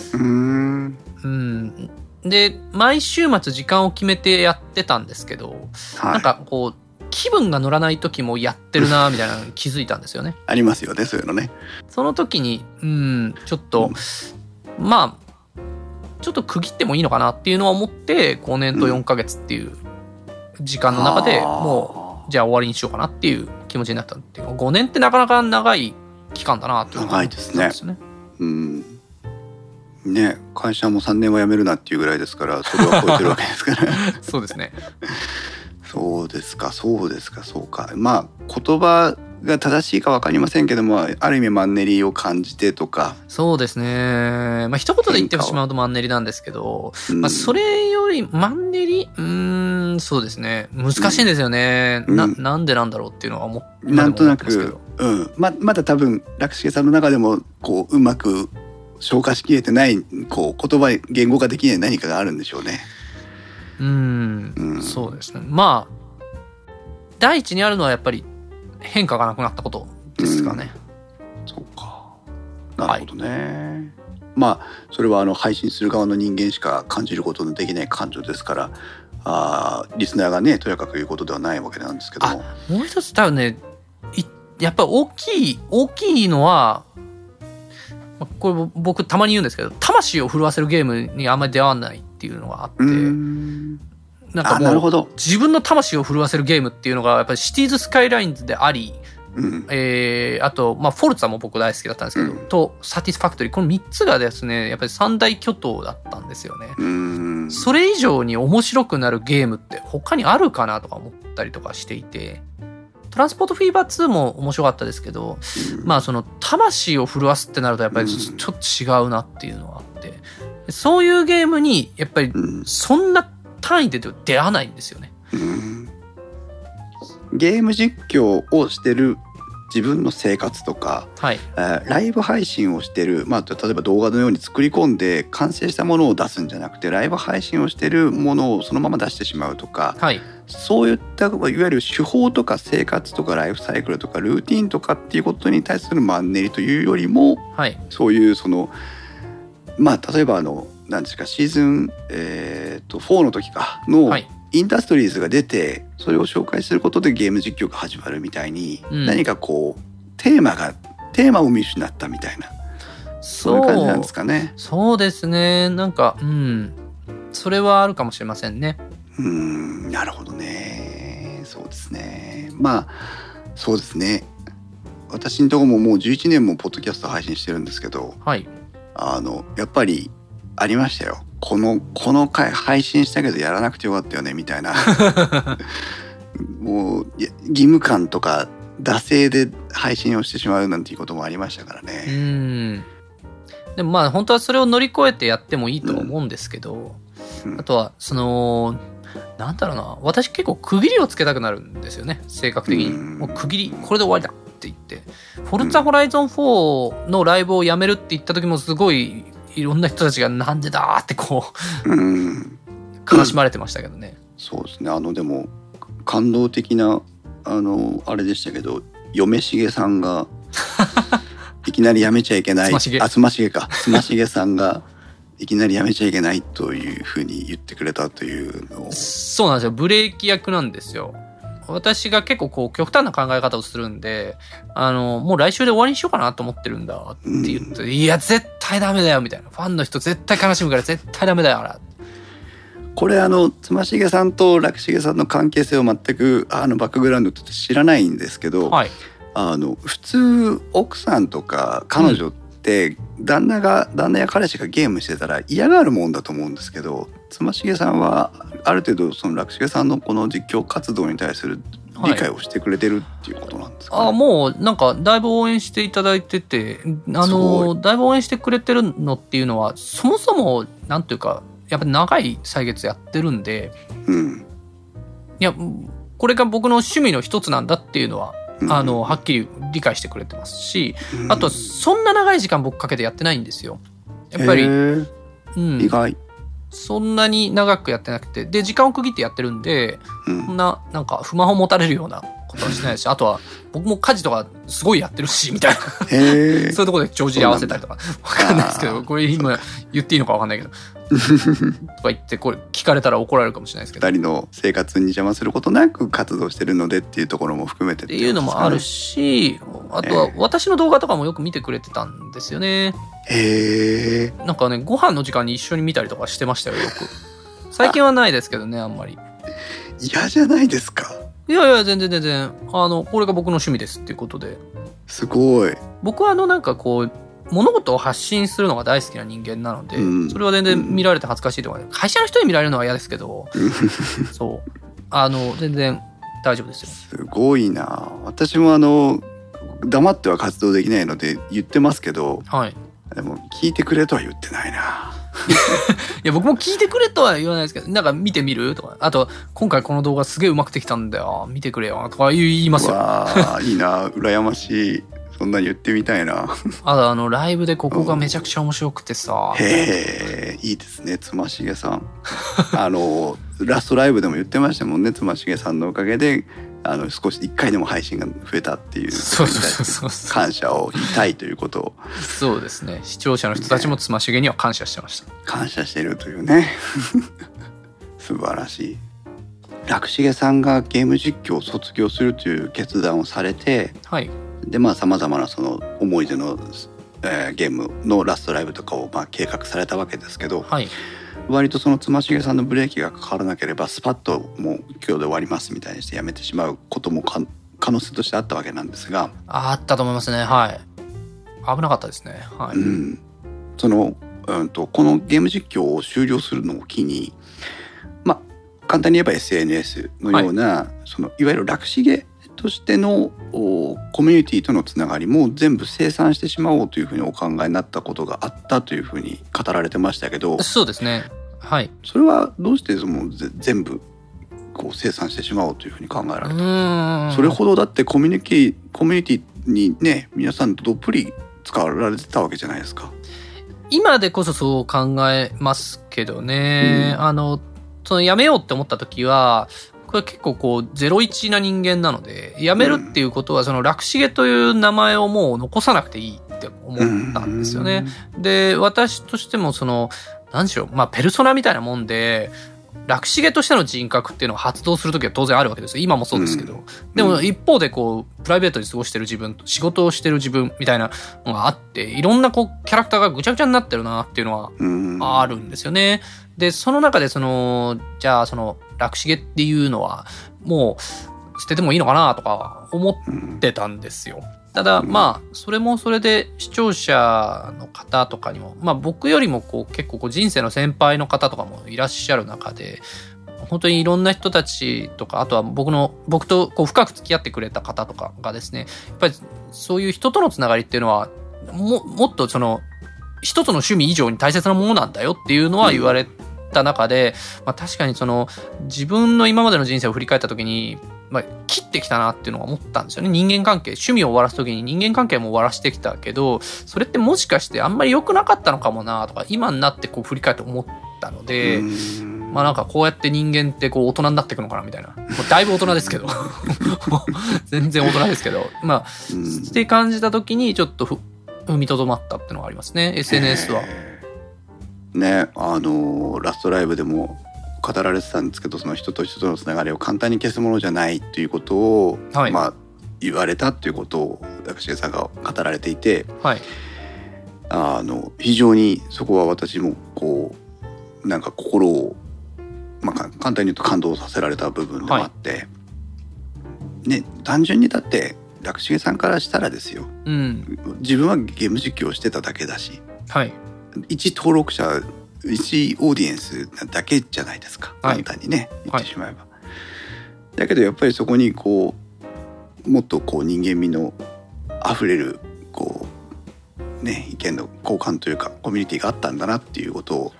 で、毎週末時間を決めてやってたんですけど、なんかこう、気分が乗らない時もやってるなみたいなのに気づいたんですよね。 ありますよね、そういうのね。 その時に、ちょっと、まあ、ちょっと区切ってもいいのかなっていうのは思って、5年と4ヶ月っていう時間の中でもう、じゃあ終わりにしようかなっていう気持ちになったっていうか、5年ってなかなか長い期間だなっていうのが長いですね。ね、会社も3年は辞めるなっていうぐらいですから、それは超えてるわけですからそうですね。 そうですか、そうですか、そうか。まあ言葉が正しいか分かりませんけども、ある意味マンネリを感じてとか。そうですね。まあ一言で言ってしまうとマンネリなんですけど、まあそれよりマンネリ、そうですね。難しいんですよね。なんでなんだろうっていうのはなんとなく、まだ多分楽重さんの中でもこううまく消化しきれてない、こう言葉言語化できない何かがあるんでしょうね。 そうですね。まあ第一にあるのはやっぱり変化がなくなったことですかね。 そうか。なるほどね。まあそれは配信する側の人間しか感じることのできない感情ですから、リスナーがねとやかく言うことではないわけなんですけども。 もう一つ多分ね、やっぱり大きいのは、これ僕たまに言うんですけど、魂を震わせるゲームにあんまり出会わないっていうのがあって、なんかもう自分の魂を震わせるゲームっていうのがやっぱりシティーズスカイラインズであり、あと、まあ、フォルツァも僕大好きだったんですけど、とサティスファクトリー、この3つがですねやっぱり三大巨頭だったんですよね。それ以上に面白くなるゲームって他にあるかなとか思ったりとかしていて、トランスポートフィーバー2も面白かったですけど、まあその魂を震わすってなるとやっぱりちょっと違うなっていうのがあって、そういうゲームにやっぱりそんな単位で出会わないんですよね。 ゲーム実況をしてる自分の生活とか、ライブ配信をしてる、例えば動画のように作り込んで完成したものを出すんじゃなくて、ライブ配信をしてるものをそのまま出してしまうとか、そういったいわゆる手法とか生活とかライフサイクルとかルーティンとかっていうことに対するマンネリというよりも、そういうその例えば何ですか、シーズン、4の時かの、インダストリーズが出てそれを紹介することでゲーム実況が始まるみたいに、何かこうテーマを見失ったみたいな、そういう感じなんですかね。 そうですね。なんかそれはあるかもしれませんね。 なるほどね。そうですね。そうですね。私のところももう11年もポッドキャスト配信してるんですけど、やっぱりありましたよ。この回配信したけどやらなくてよかったよねみたいなもう義務感とか惰性で配信をしてしまうなんていうこともありましたからね。 でも本当はそれを乗り越えてやってもいいと思うんですけど、あとはなんだろうな、私結構区切りをつけたくなるんですよね、性格的に。もう区切りこれで終わりだって言って、フォルツァホライゾン4のライブをやめるって言った時もすごいいろんな人たちがなんでだってこう悲しまれてましたけどね。 そうですね。でも感動的なあれでしたけど、嫁重さんがいきなりやめちゃいけない、つましげさんがいきなりやめちゃいけないというふうに言ってくれたというのを。 そうなんですよ。ブレーキ役なんですよ。私が結構こう極端な考え方をするんで、もう来週で終わりにしようかなと思ってるんだって言って、いや絶対ダメだよみたいな、ファンの人絶対悲しむから絶対ダメだよな。 これつましげさんと楽重さんの関係性を全くバックグラウンドって知らないんですけど、普通奥さんとか彼女って旦那や彼氏がゲームしてたら嫌がるもんだと思うんですけど、妻重さんはある程度その楽重さんのこの実況活動に対する理解をしてくれてるっていうことなんですかね。 もうなんかだいぶ応援していただいてて、だいぶ応援してくれてるのっていうのは、そもそもなんていうかやっぱり長い歳月やってるんで、いやこれが僕の趣味の一つなんだっていうのははっきり理解してくれてますし、あとそんな長い時間僕かけてやってないんですよ。やっぱり、 意外。 そんなに長くやってなくて、で時間を区切ってやってるんで、そんななんか不満を持たれるようなことはしないし、あとは僕も家事とかすごいやってるしみたいなそういうところで帳尻合わせたりとかわかんないですけど、これ今言っていいのかわかんないけどとか言ってこれ聞かれたら怒られるかもしれないですけど、 2人の生活に邪魔することなく活動してるのでっていうところも含めてっていうのもあるし、あとは私の動画とかもよく見てくれてたんですよね。なんかね、ご飯の時間に一緒に見たりとかしてましたよ、よく。最近はないですけどね、あんまり。 嫌じゃないですか。 いや全然これが僕の趣味ですっていうことで。 すごい。 僕はなんかこう物事を発信するのが大好きな人間なので、それは全然見られて恥ずかしいとか、会社の人に見られるのは嫌ですけどそう全然大丈夫ですよ。 すごいな。私も黙っては活動できないので言ってますけど、でも聞いてくれとは言ってないな。 いや僕も聞いてくれとは言わないですけど、なんか見てみるとか、あと今回この動画すげえうまくできたんだよ見てくれよとか言いますよ。 わいいな、羨ましい。そんなに言ってみたいな。 あとライブでここがめちゃくちゃ面白くてさ。 へえ、いいですね、妻重さん。ラストライブでも言ってましたもんね、妻重さんのおかげで少し1回でも配信が増えたっていう感謝を言いたいということを。 そうですね、視聴者の人たちも妻重には感謝してました。 感謝してるというね素晴らしい。楽重さんがゲーム実況を卒業するという決断をされて、でさまざまなその思い出の、ゲームのラストライブとかを計画されたわけですけど、割とその妻重さんのブレーキがかからなければスパッともう今日で終わりますみたいにしてやめてしまうことも可能性としてあったわけなんですが、 あったと思いますね。危なかったですね。 その、このゲーム実況を終了するのを機に、簡単に言えば SNS のような、そのいわゆる楽重としてのコミュニティとのつながりも全部清算してしまおうというふうにお考えになったことがあったというふうに語られてましたけど。そうですね。それはどうして全部こう清算してしまおうというふうに考えられた。それほどだってコミュニティにね、皆さんどっぷり使われてたわけじゃないですか。今でこそそう考えますけどね。そのやめようって思った時はこれ結構こう01な人間なので、やめるっていうことはその楽重という名前をもう残さなくていいって思ったんですよね。で、私としてもその何でしょう、ペルソナみたいなもんで楽重としての人格っていうのが発動するときは当然あるわけですよ。今もそうですけど、でも一方でこうプライベートに過ごしてる自分、仕事をしてる自分みたいなのがあって、いろんなこうキャラクターがぐちゃぐちゃになってるなっていうのはあるんですよね。でその中でじゃあその楽重っていうのはもう捨ててもいいのかなとか思ってたんですよ。ただそれもそれで視聴者の方とかにも僕よりもこう結構人生の先輩の方とかもいらっしゃる中で、本当にいろんな人たちとか、あとは僕とこう深く付き合ってくれた方とかがですね、やっぱりそういう人とのつながりっていうのはもっとその一つの趣味以上に大切なものなんだよっていうのは言われた中で、確かにその自分の今までの人生を振り返った時に切ってきたなっていうのは思ったんですよね。人間関係、趣味を終わらす時に人間関係も終わらしてきたけど、それってもしかしてあんまり良くなかったのかもなとか今になってこう振り返って思ったので、なんかこうやって人間ってこう大人になっていくのかなみたいな。だいぶ大人ですけど全然大人ですけど、って感じた時にちょっと踏みとどまったっていうのがありますね。 SNS はね、ラストライブでも語られてたんですけど、その人と人とのつながりを簡単に消すものじゃないっていうことを、言われたっていうことを楽重さんが語られていて、非常にそこは私もこうなんか心を、簡単に言うと感動させられた部分でもあって、単純にだって楽重さんからしたらですよ、 うん。 自分はゲーム実況をしてただけだし、 はい。 一登録者一オーディエンスだけじゃないですか、 はい簡単にね言ってしまえば、だけどやっぱりそこにこうもっとこう人間味のあふれるこうね意見の交換というかコミュニティがあったんだなっていうこと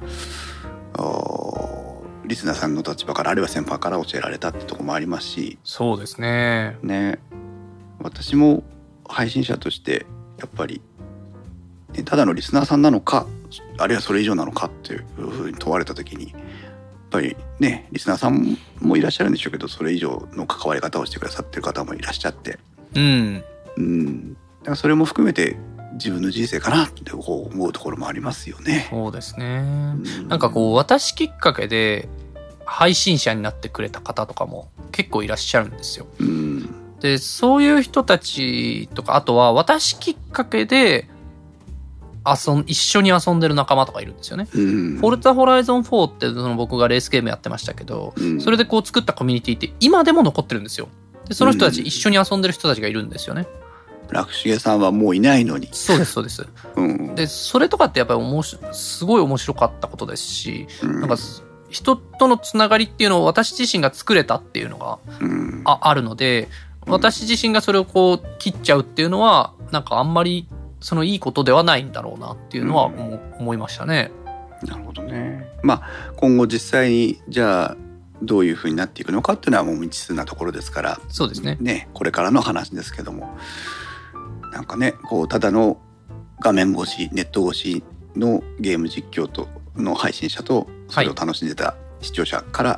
をリスナーさんの立場からあるいは先輩から教えられたってところもありますしそうですね。 ね、私も配信者としてやっぱり、ね、ただのリスナーさんなのかあるいはそれ以上なのかっていうふうに問われた時にやっぱりねリスナーさんもいらっしゃるんでしょうけどそれ以上の関わり方をしてくださってる方もいらっしゃって、 うん。 だからそれも含めて自分の人生かなってこう思うところもありますよね。 そうですね。なんかこう私きっかけで配信者になってくれた方とかも結構いらっしゃるんですよ。で、そういう人たちとか、あとは私きっかけで一緒に遊んでる仲間とかいるんですよね。フォルツァホライゾン4ってその僕がレースゲームやってましたけど、それでこう作ったコミュニティって今でも残ってるんですよ。で、その人たち一緒に遊んでる人たちがいるんですよね。 楽重さんはもういないのに。 そうですそうです。で、それとかってやっぱりすごい面白かったことですし、なんか人とのつながりっていうのを私自身が作れたっていうのがあるので、私自身がそれをこう切っちゃうっていうのはなんかあんまりそのいいことではないんだろうなっていうのは思いましたね。 なるほどね。まあ今後実際にじゃあどういう風になっていくのかっていうのはもう未知数なところですから。 そうですね。 ね、これからの話ですけども、なんかねこうただの画面越しネット越しのゲーム実況との配信者とそれを楽しんでた視聴者から、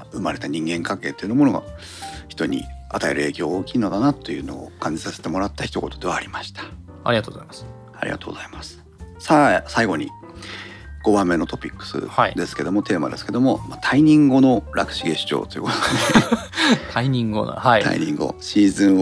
生まれた人間関係っていうものが人に与える影響が大きいのだなというのを感じさせてもらった一言ではありました。 ありがとうございます。 ありがとうございます。さあ最後に5番目のトピックスですけども、テーマですけども、退任後の楽重視聴ということで退任後の退任後シーズン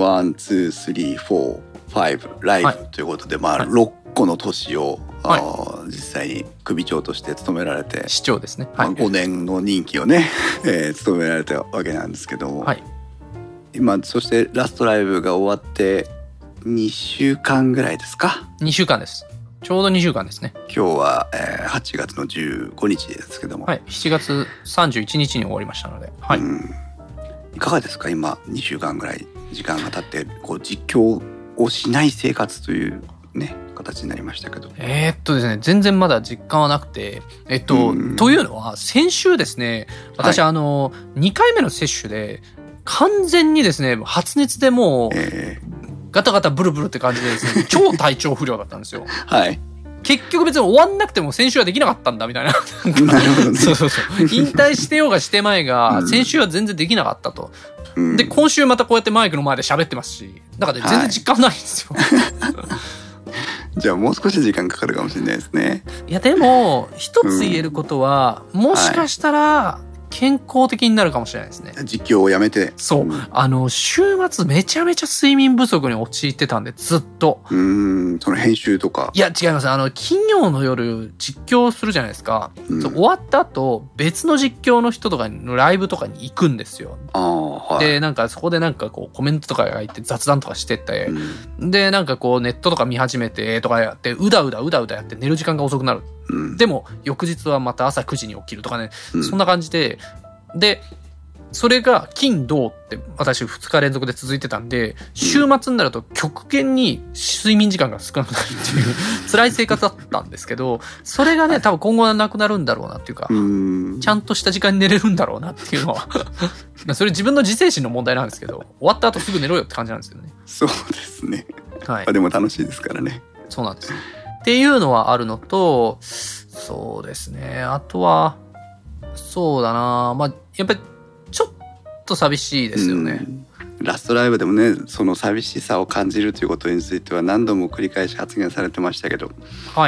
1,2,3,4,5ライブということで、6個の都市を、実際に首長として務められて市長ですね、 5年の任期をね、務められたわけなんですけども、今そしてラストライブが終わって2週間ぐらいですか。 2週間です。ちょうど2週間ですね。 今日は、8月の15日ですけども、 7月31日に終わりましたので、 いかがですか。今2週間ぐらい時間が経ってこう実況をしない生活というね形になりましたけど、 ですね、全然まだ実感はなくて、というのは先週ですね、私、2回目の接種で完全にですね発熱でもう、ガタガタブルブルって感じでですね超体調不良だったんですよ。結局別に終わんなくても先週はできなかったんだみたいな。 なるほどね。 そう引退してようがしてまいが、先週は全然できなかったと。で今週またこうやってマイクの前で喋ってますし、だから全然実感ないんですよ。 じゃあもう少し時間かかるかもしれないですね。 いやでも一つ言えることは、もしかしたら健康的になるかもしれないですね。 実況をやめて。 そう。週末めちゃめちゃ睡眠不足に陥ってたんで、ずっと。 その編集とか。 いや、違います。金曜の夜実況するじゃないですか。終わった後、別の実況の人とかのライブとかに行くんですよ。で、なんかそこでなんかこうコメントとかが入って雑談とかしてて、で、なんかこうネットとか見始めてとかやって、うだうだやって寝る時間が遅くなる。でも、翌日はまた朝9時に起きるとかね、そんな感じで、で、それが金土って私2日連続で続いてたんで、週末になると極限に睡眠時間が少なくなるっていう辛い生活だったんですけど、それがね、多分今後はなくなるんだろうなっていうか、ちゃんとした時間に寝れるんだろうなっていうのはそれ自分の自制心の問題なんですけど、終わった後すぐ寝ろよって感じなんですよね。 そうですね。でも楽しいですからね。 そうなんです。っていうのはあるのと、そうですね。あとは、そうだな、やっぱりちょっと寂しいですよね。 ラストライブでもね、その寂しさを感じるということについては何度も繰り返し発言されてましたけど、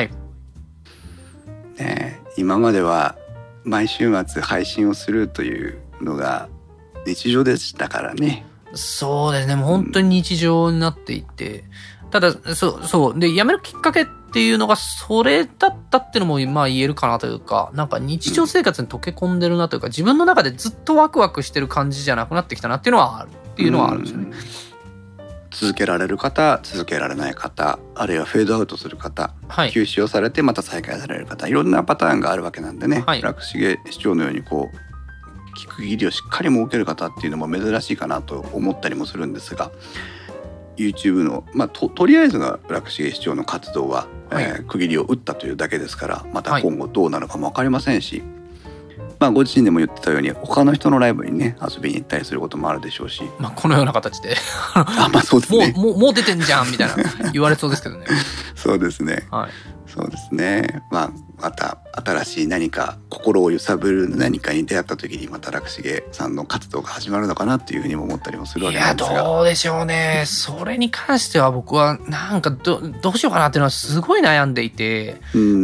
今までは毎週末配信をするというのが日常でしたからね。 そうですね。もう本当に日常になっていて、ただそうで、辞めるきっかけっていうのがそれだったっていうのも言えるかなというか、なんか日常生活に溶け込んでるなというか、自分の中でずっとワクワクしてる感じじゃなくなってきたなっていうのはあるっていうのはあるんですよね。 続けられる方、続けられない方、あるいはフェードアウトする方、 はい。 休止をされてまた再開される方、いろんなパターンがあるわけなんでね、 はい楽重市長のようにこう区切りをしっかり設ける方っていうのも珍しいかなと思ったりもするんですが、 YouTube の、とりあえずの楽重市長の活動は、 はい区切りを打ったというだけですから、またはい今後どうなるかも分かりませんし、ご自身でも言ってたように他の人のライブにね遊びに行ったりすることもあるでしょうし、 まあ、このような形でそうですね、 もう出てんじゃんみたいな言われそうですけどね。 そうですね、 はい。 そうですね。また新しい何か心を揺さぶる何かに出会った時にまた楽重さんの活動が始まるのかなっていうふうにも思ったりもするわいや、 けなんですが。 どうでしょうね。それに関しては僕はなんかどうしようかなっていうのはすごい悩んでいて、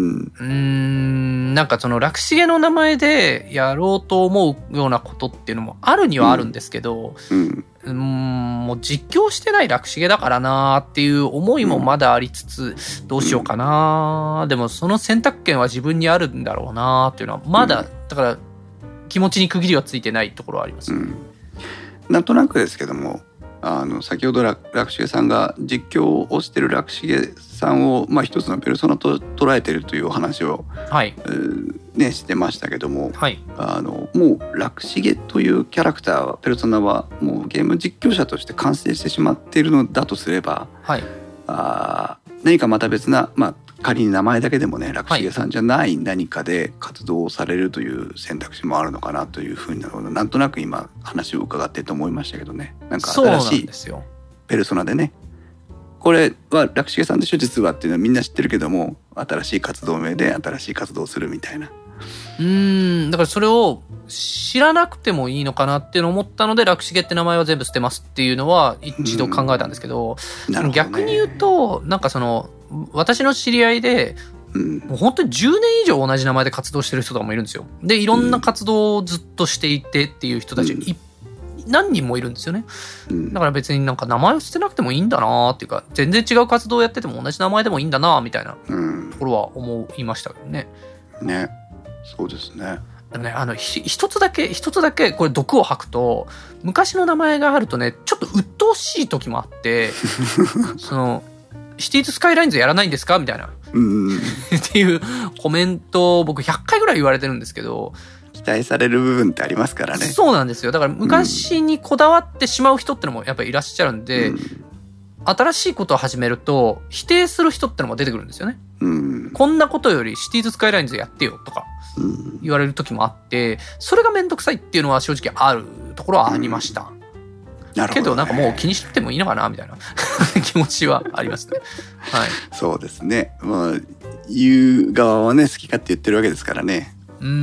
なんかその楽重の名前でやろうと思うようなことっていうのもあるにはあるんですけど、もう実況してない楽重だからなーっていう思いもまだありつつ、どうしようかな、でもその選択権は自分にあるんだろうなーっていうのはまだ、だから気持ちに区切りはついてないところはあります、 なんとなくですけども、先ほど楽重さんが実況をしてる楽重さんを、一つのペルソナと捉えてるというお話を、 はいしてましたけども、 はい、 もう楽重というキャラクターはペルソナはもうゲーム実況者として完成してしまっているのだとすれば、 はい、 何かまた別な、仮に名前だけでもね楽重さんじゃない何かで活動をされるという選択肢もあるのかなというふうになんとなく今話を伺ってと思いましたけどね。なんか新しいペルソナでね、これは楽重さんでしょ実はっていうのはみんな知ってるけども、新しい活動名で新しい活動をするみたいな。 だからそれを知らなくてもいいのかなっていうのを思ったので、楽重って名前は全部捨てますっていうのは一度考えたんですけど、逆に言うとなんかその私の知り合いで、もう本当に10年以上同じ名前で活動してる人とかもいるんですよ。でいろんな活動をずっとしていてっていう人たち、何人もいるんですよね。だから別になんか名前を捨てなくてもいいんだなっていうか、全然違う活動をやってても同じ名前でもいいんだなみたいなところは思いましたけどね。 ね、そうですね。 でもね、一つだけこれ毒を吐くと、昔の名前があるとね、ちょっと鬱陶しい時もあってそのシティーズスカイラインズやらないんですかみたいなっていうコメントを僕100回ぐらい言われてるんですけど、 期待される部分ってありますからね。 そうなんですよ。だから昔にこだわってしまう人ってのもやっぱりいらっしゃるんで、新しいことを始めると否定する人ってのも出てくるんですよね。こんなことよりシティーズスカイラインズやってよとか言われる時もあって、それがめんどくさいっていうのは正直あるところはありました。けどなんかもう気にしてもいいのかなみたいな気持ちはありますね。はい。 そうですね。言う側はね好き勝手言ってるわけですからね。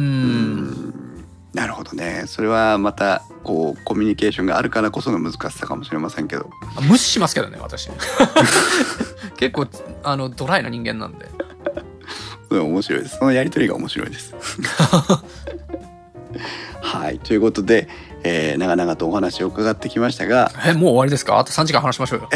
なるほどね。それはまたこうコミュニケーションがあるからこその難しさかもしれませんけど。 無視しますけどね私。結構ドライな人間なんで。 面白いです。そのやりとりが面白いです。はい、ということで、長々とお話を伺ってきましたが、 もう終わりですか？あと3時間話しましょうよ。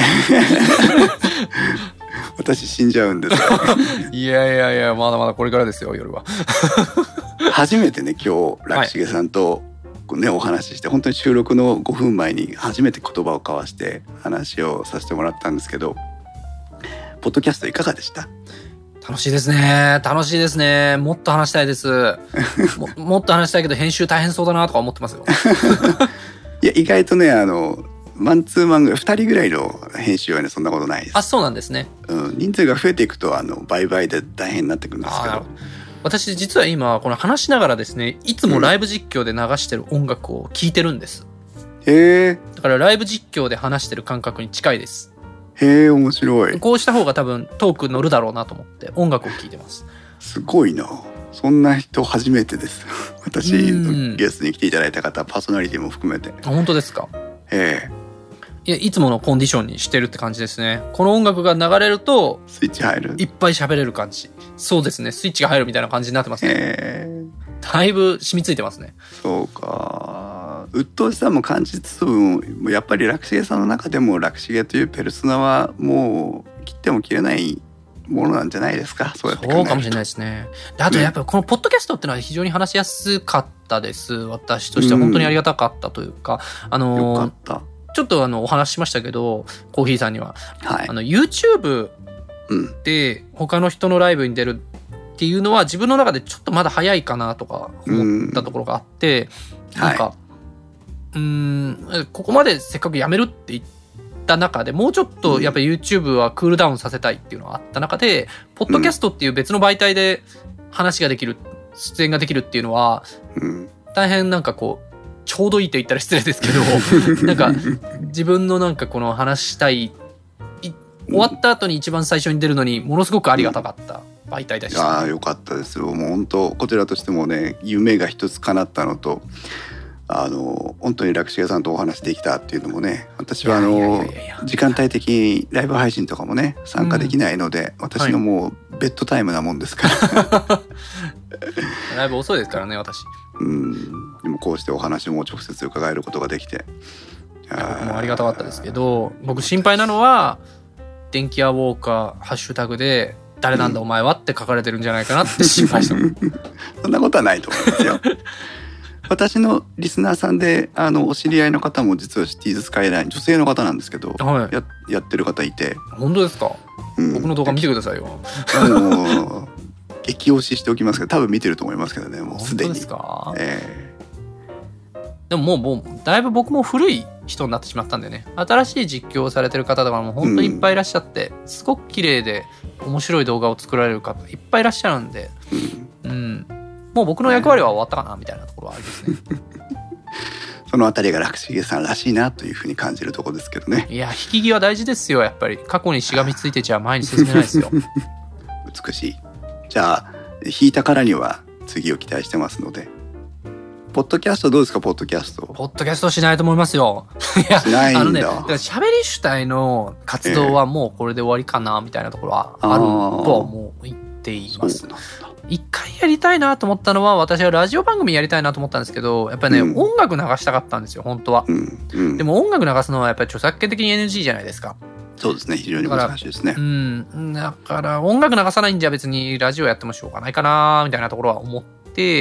私死んじゃうんですいやまだまだこれからですよ夜は。 初めてね今日楽重さんと、お話しして、本当に収録の5分前に初めて言葉を交わして話をさせてもらったんですけど、ポッドキャストいかがでした？ 楽しいですね。もっと話したいです。もっと話したいけど編集大変そうだなとか思ってますよ。 いや意外とねマンツーマン2人ぐらいの編集はねそんなことないです。 あ、そうなんですね。 人数が増えていくと倍々で大変になってくるんですけど。 私実は今この話しながらですね、いつもライブ実況で流してる音楽を聴いてるんです。だからライブ実況で話してる感覚に近いです。 面白い。 こうした方が多分トーク乗るだろうなと思って音楽を聴いてます。 すごいな。そんな人初めてです。私のゲストに来ていただいた方、パーソナリティも含めて。 本当ですか？いや、いつものコンディションにしてるって感じですね。この音楽が流れるとスイッチ入る。 いっぱい喋れる感じ。そうですね。スイッチが入るみたいな感じになってますね。だいぶ染みついてますね。 そうか。鬱陶しさも感じつつも、やっぱり楽重さんの中でも楽重というペルソナはもう切っても切れないものなんじゃないですか。そうかもしれないですね。あとやっぱりこのポッドキャストってのは非常に話しやすかったです。私としては本当にありがたかったというか、 よかった。 ちょっとお話ししましたけど、コーヒーさんには。 はい。 YouTube で他の人のライブに出るっていうのは自分の中でちょっとまだ早いかなとか思ったところがあって、なんか、ここまでせっかくやめるって言った中で、もうちょっとやっぱり YouTube はクールダウンさせたいっていうのがあった中で、ポッドキャストっていう別の媒体で話ができる、出演ができるっていうのは、大変なんかこう、ちょうどいいと言ったら失礼ですけど、なんか自分のなんかこの話したい、終わった後に一番最初に出るのにものすごくありがたかった媒体でした、ね。 ああ、よかったですよ。もう本当こちらとしてもね、夢が一つ叶ったのと、本当に楽重さんとお話できたっていうのもね、私は時間帯的にライブ配信とかもね参加できないので、私のもうベッドタイムなもんですから、 ライブ遅いですからね私。 でもこうしてお話も直接伺えることができて、 僕もありがたかったですけど、僕心配なのは電気屋ウォーカーハッシュタグで誰なんだお前はって書かれてるんじゃないかなって心配してますそんなことはないと思いますよ私のリスナーさんでお知り合いの方も実はシティーズスカイライン、女性の方なんですけど、はい、やってる方いて。 本当ですか、僕の動画見てくださいよ激推ししておきますけど、多分見てると思いますけどね、もうすでに。 本当ですか、でももうだいぶ僕も古い人になってしまったんでね、新しい実況をされてる方とかも本当にいっぱいいらっしゃって、すごく綺麗で面白い動画を作られる方いっぱいいらっしゃるんで、もう僕の役割は終わったかなみたいなところはありますねそのあたりが楽重さんらしいなというふうに感じるところですけどね。 いや、引き際大事ですよ。やっぱり過去にしがみついてちゃ前に進めないですよ美しい。じゃあ引いたからには次を期待してますので。ポッドキャストどうですか？ポッドキャスト。 ポッドキャストしないと思いますよ。 いや、しないんだ。 だから喋り主体の活動はもうこれで終わりかなみたいなところはあるとはもう言っています。一回やりたいなと思ったのは、私はラジオ番組やりたいなと思ったんですけど、やっぱりね、音楽流したかったんですよ本当は、でも音楽流すのはやっぱり著作権的に NG じゃないですか。 そうですね、非常に難しいですね。 だから音楽流さないんじゃ別にラジオやってもしょうがないかなみたいなところは思って、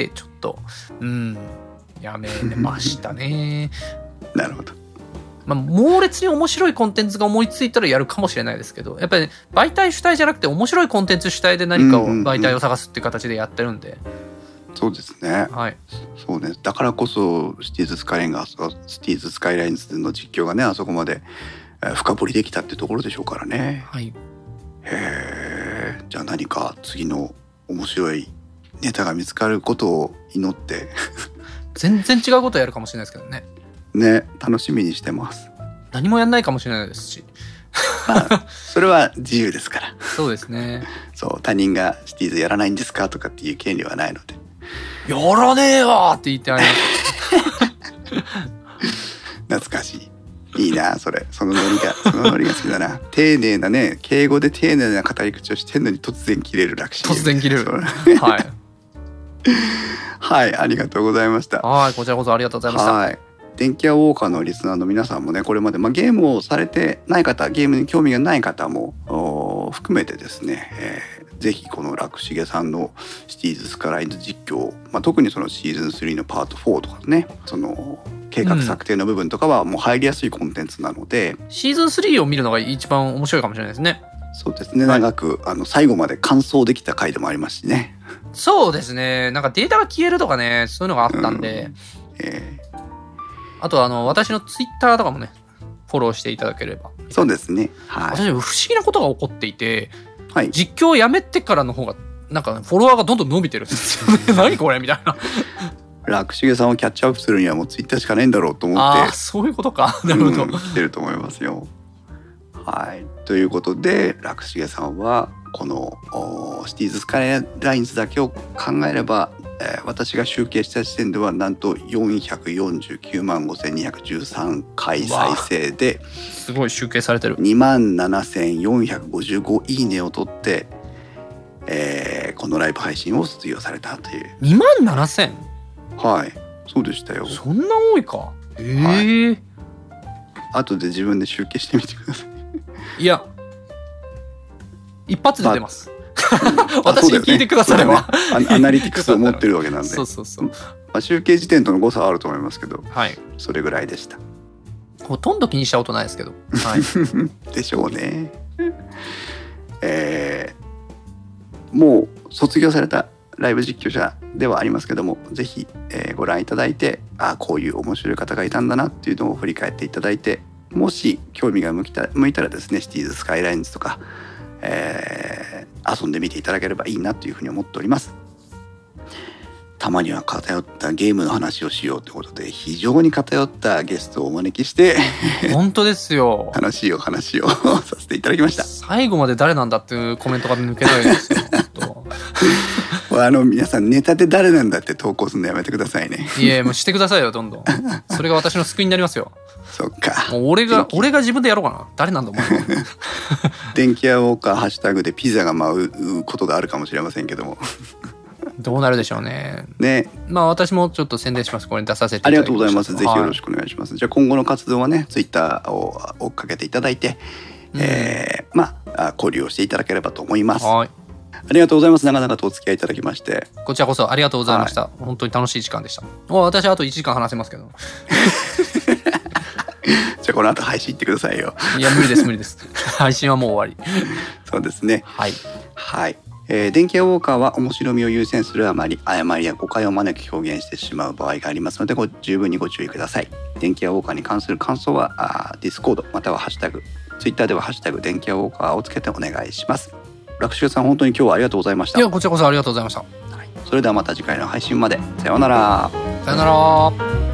ちょっとやめましたねなるほど。 猛烈に面白いコンテンツが思いついたらやるかもしれないですけど、やっぱり、ね、媒体主体じゃなくて面白いコンテンツ主体で何かを媒体を探すっていう形でやってるんで、 そうですね、 はい、 そうね。だからこそシティーズスカイラインズの実況がね、あそこまで深掘りできたってところでしょうからね。 はい。 へー、じゃあ何か次の面白いネタが見つかることを祈って全然違うことやるかもしれないですけどね。 ね、楽しみにしてます。 何もやんないかもしれないですしまあそれは自由ですからそうですね。 そう、他人がシティーズやらないんですかとかっていう権利はないので、 やらねえよって言ってあります懐かしい。いいな、そのノリが好きだな。丁寧なね、敬語で丁寧な語り口をしてんのに突然切れる楽しい。 突然切れるはいはい、ありがとうございました。 はい、こちらこそありがとうございました。 はい、電気屋ウォーカーのリスナーの皆さんもね、これまで、ゲームをされてない方、ゲームに興味がない方も含めてですね、ぜひこの楽重さんのシティーズスカイラインズ実況、特にそのシーズン3のパート4とかね、その計画策定の部分とかはもう入りやすいコンテンツなので、 シーズン3を見るのが一番面白いかもしれないですね。 そうですね、長く最後まで完走できた回でもありますしね。 そうですね、なんかデータが消えるとかね、そういうのがあったんで、あと私のツイッターとかもねフォローしていただければ。 そうですね、はい、 私不思議なことが起こっていて、 はい、 実況をやめてからの方がなんかフォロワーがどんどん伸びてるんですよね何これみたいな楽重さんをキャッチアップするにはもうツイッターしかないんだろうと思って、 ああそういうことか、なるほど、 来てると思いますよ。はい、ということで楽重さんはこのシティーズスカイラインズだけを考えれば、私が集計した時点ではなんと449万5213回再生で、 すごい集計されてる。 2万7455いいねを取って、このライブ配信を卒業されたという。 2万 7000？ はい、そうでしたよ。 そんな多いか。はい、 後で自分で集計してみてください。いや一発で出ます、私に聞いてくだされば、 アナリティクスを持ってるわけなんでそう、 集計時点との誤差はあると思いますけど、 はい、 それぐらいでした。 ほとんど気にしたことないですけど、はい、 でしょうね。もう卒業されたライブ実況者ではありますけども、ぜひ、ご覧いただいて、こういう面白い方がいたんだなっていうのを振り返っていただいて、もし興味が向いたらですね、シティーズスカイラインズとか、遊んでみていただければいいなというふうに思っております。たまには偏ったゲームの話をしようということで、非常に偏ったゲストをお招きして本当ですよ話をさせていただきました。 最後まで誰なんだっていうコメントが抜けないですよ皆さんネタで誰なんだって投稿するのやめてくださいね。 いやもうしてくださいよ、どんどん。それが私の救いになりますよ。 そっか。 もう俺が自分でやろうかな。誰なんだお前電気屋ウォーカーハッシュタグでピザが舞うことがあるかもしれませんけどもどうなるでしょうね。 ね。 まあ私もちょっと宣伝します。これに出させていたあだきました。 りがとうございます。ぜひよろしくお願いします。じゃあ今後の活動はね、ツイッターを追っかけていただいて、交流をしていただければと思います。 はい。 ありがとうございます。長々とお付き合いいただきまして。 こちらこそありがとうございました。本当に楽しい時間でした。私あと1時間話せますけど。 じゃあこの後配信行ってくださいよ。 いや無理です。配信はもう終わり。 そうですね。 はい。 はい。電気屋ウォーカーは面白みを優先するあまり誤りや誤解を招き表現してしまう場合がありますので、十分にご注意ください。電気屋ウォーカーに関する感想はディスコードまたはハッシュタグ、ツイッターではハッシュタグ電気屋ウォーカーをつけてお願いします。楽州さん本当に今日はありがとうございました。 いやこちらこそありがとうございました。 はい、それではまた次回の配信まで。さようなら。 さようなら。